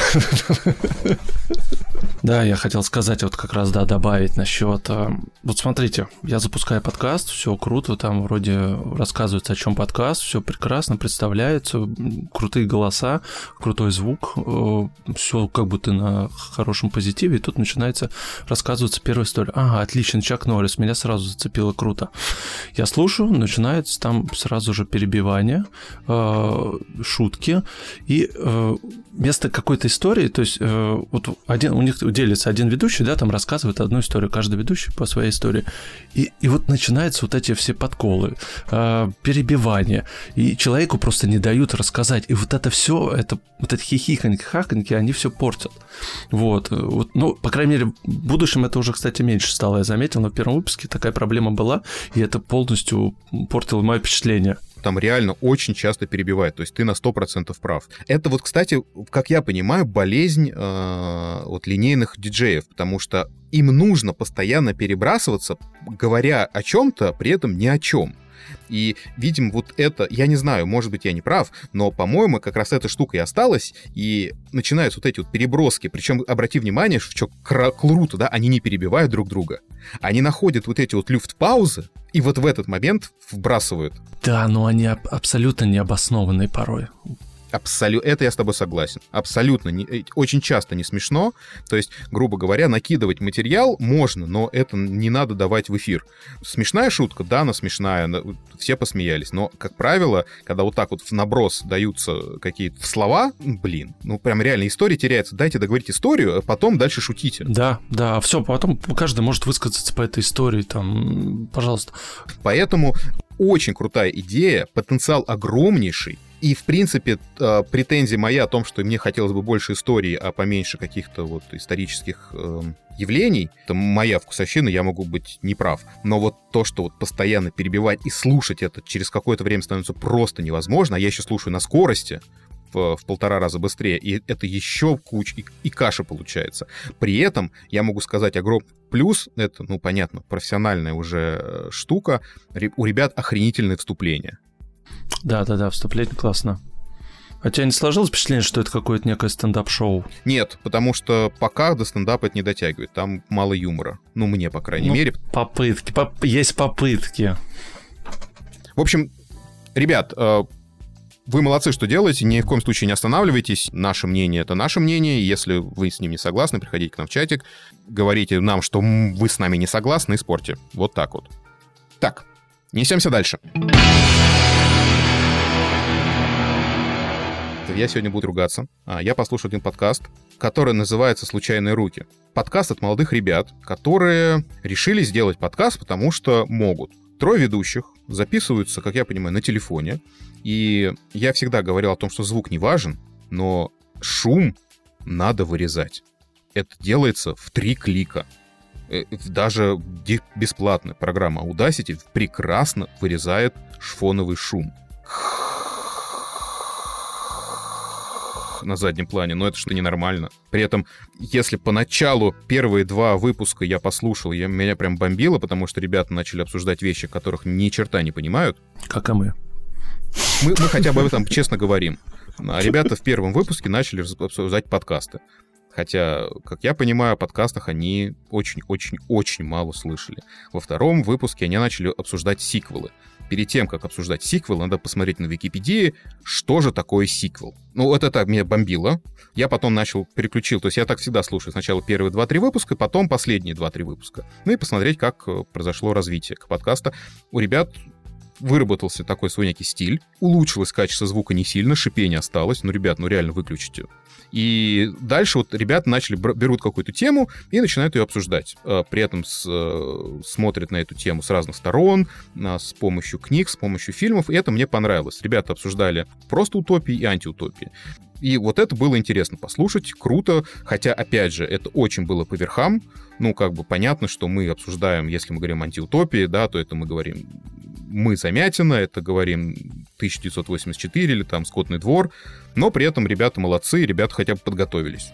Да, я хотел сказать, вот как раз, да, добавить насчет... Вот смотрите, я запускаю подкаст, все круто, там вроде рассказывается, о чем подкаст, все прекрасно представляется, крутые голоса, крутой звук, все как бы ты на хорошем позитиве, и тут начинается рассказываться первая история. Ага, отлично, Чак Норрис, меня сразу зацепило, круто. Я слушаю, начинается там сразу же перебивание, шутки, и вместо какой-то истории, то есть вот у них делится один ведущий, да, там рассказывает одну историю, каждый ведущий по своей истории, и вот начинаются вот эти все подколы, перебивания, и человеку просто не дают рассказать, и вот это все, вот эти хихиканьки, они все портят. Вот, ну, по крайней мере, в будущем это уже, кстати, меньше стало, я заметил, но в первом выпуске такая проблема была, и это полностью портило мое впечатление. Там реально очень часто перебивают, то есть ты на 100% прав. Это вот, кстати, как я понимаю, болезнь вот линейных диджеев, потому что им нужно постоянно перебрасываться, говоря о чем-то, при этом ни о чем. И, видимо, вот это, я не знаю, может быть, я не прав, но, по-моему, как раз эта штука и осталась, и начинаются вот эти вот переброски. Причем, обрати внимание, что круто, да, они не перебивают друг друга. Они находят вот эти вот люфт-паузы, и вот в этот момент вбрасывают. Да, но они абсолютно необоснованные порой. Абсолютно, это я с тобой согласен. Абсолютно, очень часто не смешно. То есть, грубо говоря, накидывать материал можно, но это не надо давать в эфир. Смешная шутка, да, она смешная, все посмеялись. Но, как правило, когда вот так вот в наброс даются какие-то слова, блин, ну прям реально история теряется. Дайте договорить историю, а потом дальше шутите. Да, все, потом каждый может высказаться по этой истории, там, пожалуйста. Поэтому очень крутая идея, потенциал огромнейший. И, в принципе, претензия моя о том, что мне хотелось бы больше истории, а поменьше каких-то вот исторических явлений, это моя вкусовщина, я могу быть неправ. Но вот то, что вот постоянно перебивать и слушать это через какое-то время становится просто невозможно, а я еще слушаю на скорости, в 1,5 раза быстрее, и это еще куча, и каша получается. При этом я могу сказать огромный плюс, это, ну, понятно, профессиональная уже штука, у ребят охренительное вступление. Да, вступление классно. А у тебя не сложилось впечатление, что это какое-то некое стендап-шоу? Нет, потому что пока до стендапа это не дотягивает. Там мало юмора. Ну, мне, по крайней мере. Попытки. Есть попытки. В общем, ребят, вы молодцы, что делаете. Ни в коем случае не останавливайтесь. Наше мнение — это наше мнение. Если вы с ним не согласны, приходите к нам в чатик. Говорите нам, что вы с нами не согласны, и спорьте. Вот так вот. Так, несемся дальше. Я сегодня буду ругаться. Я послушал один подкаст, который называется «Случайные руки». Подкаст от молодых ребят, которые решили сделать подкаст, потому что могут. 3 ведущих записываются, как я понимаю, на телефоне. И я всегда говорил о том, что звук не важен, но шум надо вырезать. Это делается в 3 клика. Даже бесплатная программа Audacity прекрасно вырезает фоновый шум. На заднем плане, но это что ненормально. При этом, если поначалу первые 2 выпуска я послушал, меня прям бомбило, потому что ребята начали обсуждать вещи, которых ни черта не понимают. Как и мы. Мы хотя бы об этом честно говорим. А ребята в первом выпуске начали обсуждать подкасты. Хотя, как я понимаю, о подкастах они очень-очень-очень мало слышали. Во 2 выпуске они начали обсуждать сиквелы. Перед тем, как обсуждать сиквел, надо посмотреть на Википедии, что же такое сиквел. Ну, вот это меня бомбило. Я потом переключил, то есть я так всегда слушаю. Сначала первые 2-3 выпуска, потом последние 2-3 выпуска. Ну и посмотреть, как произошло развитие подкаста. У ребят выработался такой свой некий стиль. Улучшилось качество звука не сильно, шипение осталось. Ну, ребят, реально выключите. И дальше вот ребята берут какую-то тему и начинают ее обсуждать. При этом смотрят на эту тему с разных сторон, с помощью книг, с помощью фильмов. И это мне понравилось. Ребята обсуждали просто утопии и антиутопии. И вот это было интересно послушать, круто. Хотя, опять же, это очень было по верхам. Ну, как бы понятно, что мы обсуждаем, если мы говорим антиутопии, да, то это мы говорим «Мы Замятина», это говорим 1984 или там «Скотный двор». Но при этом ребята молодцы, ребята хотя бы подготовились.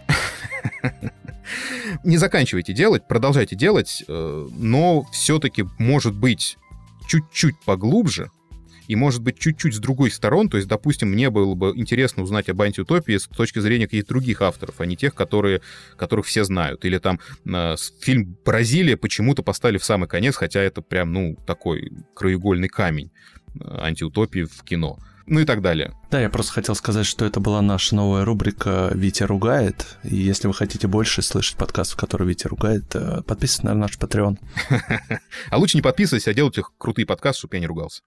Не заканчивайте делать, продолжайте делать, но все-таки, может быть, чуть-чуть поглубже, и, может быть, чуть-чуть с другой стороны. То есть, допустим, мне было бы интересно узнать об антиутопии с точки зрения каких-то других авторов, а не тех, которых все знают. Или там фильм «Бразилия» почему-то поставили в самый конец, хотя это прям, такой краеугольный камень антиутопии в кино. Ну и так далее. Да, я просто хотел сказать, что это была наша новая рубрика «Витя ругает». И если вы хотите больше слышать подкаст, в который Витя ругает, подписывайтесь на наш Patreon. А лучше не подписывайтесь, а делайте крутые подкасты, чтобы я не ругался.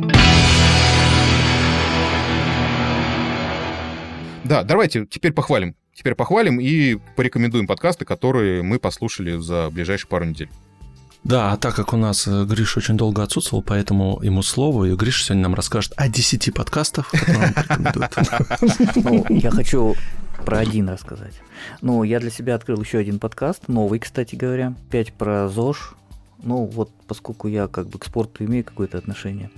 Да, давайте теперь похвалим. И порекомендуем подкасты, которые мы послушали за ближайшие пару недель. Да, а так как у нас Гриш очень долго отсутствовал, поэтому ему слово, и Гриш сегодня нам расскажет о 10 подкастах, которые он порекомендует. Я хочу про один рассказать. Я для себя открыл еще один подкаст, новый, кстати говоря, 5 про ЗОЖ. Поскольку я как бы к спорту имею какое-то отношение.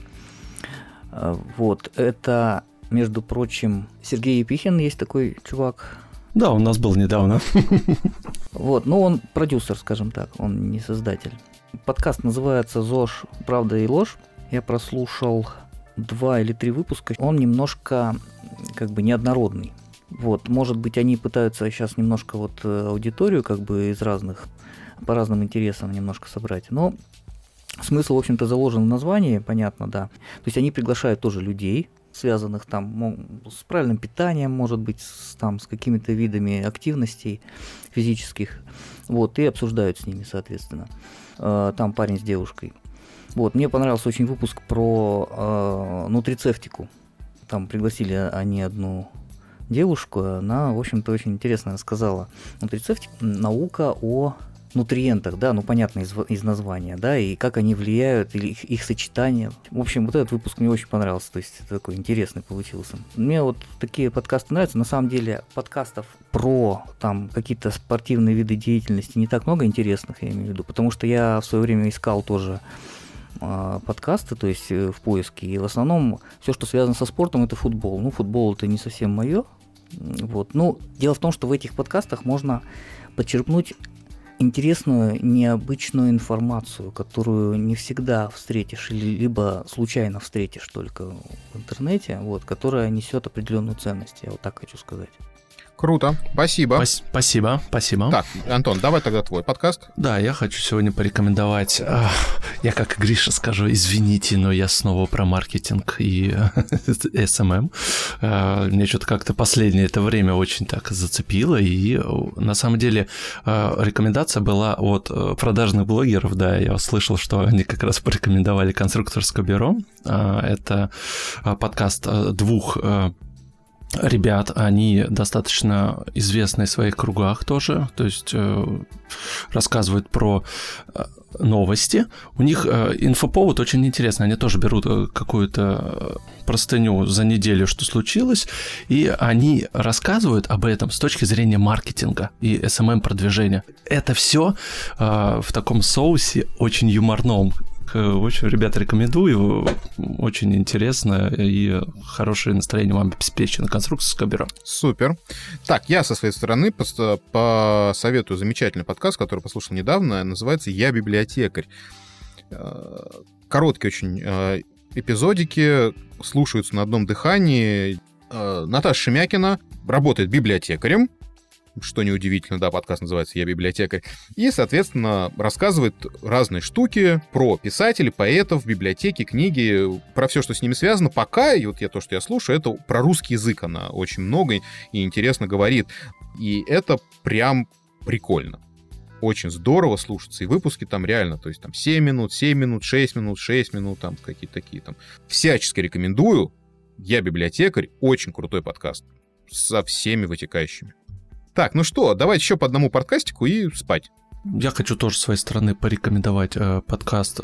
Это, между прочим, Сергей Епихин, есть такой чувак. Да, он у нас был недавно. Он продюсер, скажем так, он не создатель. Подкаст называется «ЗОЖ. Правда и ложь». Я прослушал 2 или 3 выпуска. Он немножко как бы неоднородный. Может быть, они пытаются сейчас немножко аудиторию как бы из разных, по разным интересам немножко собрать. Но смысл, в общем-то, заложен в названии, понятно, да. То есть они приглашают тоже людей, связанных там с правильным питанием, может быть, с какими-то видами активностей физических, и обсуждают с ними, соответственно. Там парень с девушкой. Мне понравился очень выпуск про нутрицептику. Там пригласили они одну девушку, она, в общем-то, очень интересно рассказала. Нутрицептика – наука о нутриентах, да, понятно из названия, да, и как они влияют, или их сочетание. В общем, этот выпуск мне очень понравился, то есть это такой интересный получился. Мне такие подкасты нравятся. На самом деле подкастов про какие-то спортивные виды деятельности не так много интересных, я имею в виду, потому что я в свое время искал тоже подкасты, то есть в поиске, и в основном все, что связано со спортом, это футбол. Футбол это не совсем мое. Дело в том, что в этих подкастах можно подчерпнуть интересную, необычную информацию, которую не всегда встретишь, либо случайно встретишь только в интернете, вот, которая несет определенную ценность, я вот так хочу сказать. Круто, спасибо. Спасибо. Так, Антон, давай тогда твой подкаст. Да, я хочу сегодня порекомендовать, я как Гриша скажу, извините, но я снова про маркетинг и SMM. Мне что-то как-то последнее это время очень так зацепило, и на самом деле рекомендация была от продажных блогеров, да, я слышал, что они как раз порекомендовали «Конструкторское бюро». Это подкаст двух ребят, они достаточно известны в своих кругах тоже, то есть рассказывают про новости. У них инфоповод очень интересный, они тоже берут какую-то простыню за неделю, что случилось, и они рассказывают об этом с точки зрения маркетинга и SMM-продвижения. Это все в таком соусе очень юморном. Очень, ребят, рекомендую. Очень интересно и хорошее настроение вам обеспечено. Конструкторское бюро. Супер. Так, я со своей стороны посоветую замечательный подкаст, который послушал недавно. Называется «Я библиотекарь». Короткие очень эпизодики, слушаются на одном дыхании. Наташа Шемякина работает библиотекарем, что неудивительно, да, подкаст называется «Я библиотекарь», и, соответственно, рассказывает разные штуки про писателей, поэтов, библиотеки, книги, про все, что с ними связано. Пока, и вот то, что я слушаю, это про русский язык она очень много и интересно говорит, и это прям прикольно. Очень здорово слушаться, и выпуски там реально, то есть там 7 минут, 7 минут, 6 минут, 6 минут, там какие-то такие там. Всячески рекомендую. «Я библиотекарь», очень крутой подкаст со всеми вытекающими. Так, ну что, давайте еще по одному подкастику и спать. Я хочу тоже с своей стороны порекомендовать подкаст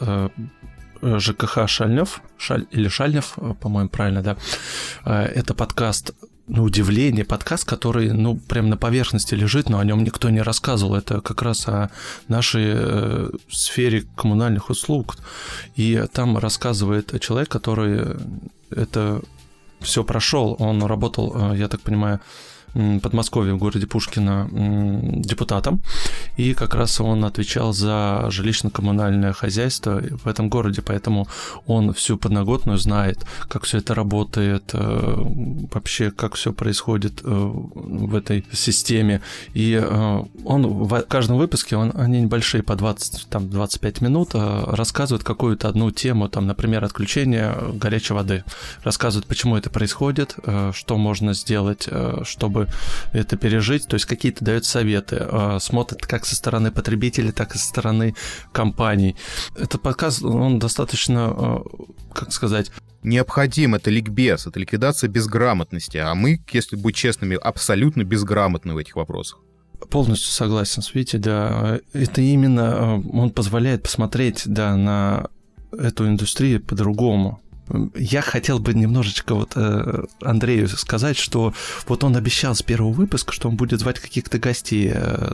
ЖКХ Шальнев, или Шальнев, по-моему, правильно, да. Это подкаст, на удивление, подкаст, который, прям на поверхности лежит, но о нем никто не рассказывал. Это как раз о нашей сфере коммунальных услуг. И там рассказывает человек, который это все прошел. Он работал, я так понимаю, в Подмосковье, в городе Пушкино, депутатом, и как раз он отвечал за жилищно-коммунальное хозяйство в этом городе, поэтому он всю подноготную знает, как все это работает, вообще, как все происходит в этой системе, и он в каждом выпуске, они небольшие, по 20-25 минут, рассказывает какую-то одну тему, там, например, отключение горячей воды, рассказывает, почему это происходит, что можно сделать, чтобы это пережить, то есть какие-то дают советы, смотрят как со стороны потребителей, так и со стороны компаний. Этот подкаст, он достаточно, как сказать... Необходим, это ликбез, это ликвидация безграмотности, а мы, если быть честными, абсолютно безграмотны в этих вопросах. Полностью согласен с Витей, да. Это именно, он позволяет посмотреть, да, на эту индустрию по-другому. Я хотел бы немножечко Андрею сказать, что вот он обещал с первого выпуска, что он будет звать каких-то гостей,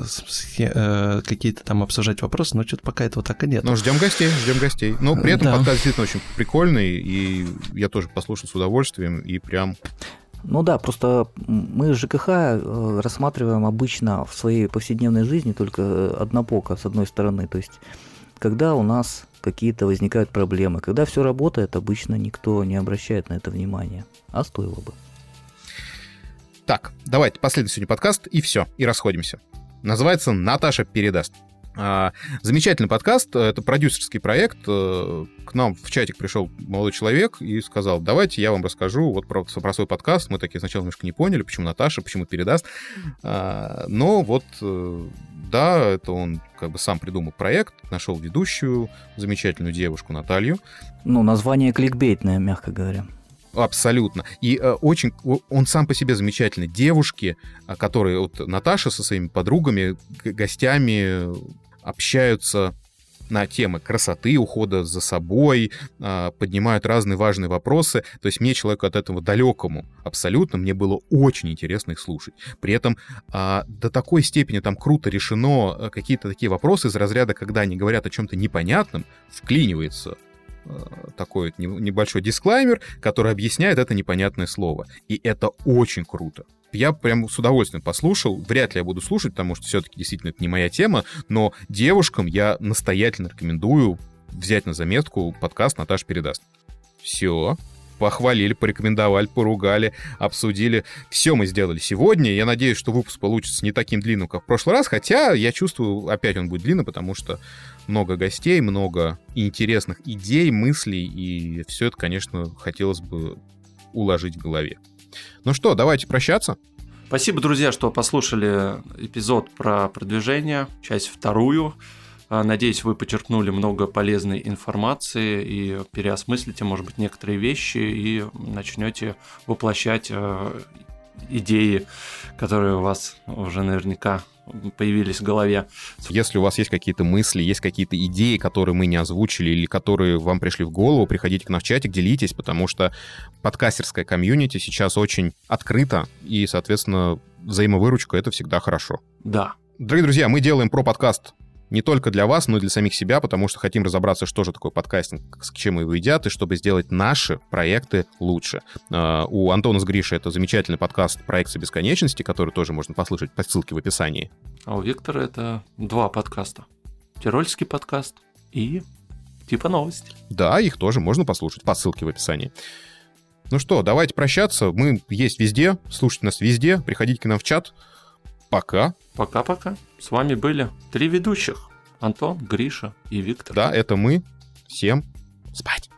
какие-то там обсуждать вопросы, но что-то пока этого так и нет. Ну, ждем гостей. Но при этом подкаст действительно очень прикольный, и я тоже послушал с удовольствием, и прям... Ну да, просто мы ЖКХ рассматриваем обычно в своей повседневной жизни только однобоко, с одной стороны, то есть когда у нас какие-то возникают проблемы. Когда все работает, обычно никто не обращает на это внимания. А стоило бы. Так, давайте последний сегодня подкаст, и все, и расходимся. Называется «Наташа передаст». Замечательный подкаст, это продюсерский проект. К нам в чатик пришел молодой человек и сказал: давайте я вам расскажу вот про свой подкаст. Мы такие сначала немножко не поняли, почему Наташа, почему передаст. Но вот, да, это он как бы сам придумал проект, нашел ведущую, замечательную девушку Наталью. Ну, название кликбейтное, мягко говоря. Абсолютно. И очень он сам по себе замечательный. Девушки, которые вот Наташа со своими подругами, гостями общаются на темы красоты, ухода за собой, поднимают разные важные вопросы. То есть мне, человеку от этого далекому абсолютно, мне было очень интересно их слушать. При этом до такой степени там круто решено какие-то такие вопросы из разряда, когда они говорят о чем-то непонятном, вклинивается такой вот небольшой дисклаймер, который объясняет это непонятное слово. И это очень круто. я прям с удовольствием послушал. Вряд ли я буду слушать, потому что все-таки действительно это не моя тема, но девушкам я настоятельно рекомендую взять на заметку подкаст «Наташа передаст». Все. Похвалили, порекомендовали, поругали, обсудили. Все мы сделали сегодня. Я надеюсь, что выпуск получится не таким длинным, как в прошлый раз, хотя я чувствую, опять он будет длинный, потому что много гостей, много интересных идей, мыслей, и все это, конечно, хотелось бы уложить в голове. Ну что, давайте прощаться. Спасибо, друзья, что послушали эпизод про продвижение, часть 2. Надеюсь, вы почерпнули много полезной информации и переосмыслите, может быть, некоторые вещи и начнете воплощать идеи, которые у вас уже наверняка появились в голове. Если у вас есть какие-то мысли, есть какие-то идеи, которые мы не озвучили или которые вам пришли в голову, приходите к нам в чатик, делитесь, потому что подкастерская комьюнити сейчас очень открыта, и, соответственно, взаимовыручка — это всегда хорошо. Да. Дорогие друзья, мы делаем про подкаст не только для вас, но и для самих себя, потому что хотим разобраться, что же такое подкастинг, с чем его едят, и чтобы сделать наши проекты лучше. У Антона с Гришей это замечательный подкаст «Проекция бесконечности», который тоже можно послушать по ссылке в описании. А у Виктора это 2 подкаста. Тирольский подкаст и типа новости. Да, их тоже можно послушать по ссылке в описании. Ну что, давайте прощаться. Мы есть везде, слушайте нас везде, приходите к нам в чат. Пока. Пока-пока. С вами были 3 ведущих. Антон, Гриша и Виктор. Да, это мы. Всем спать.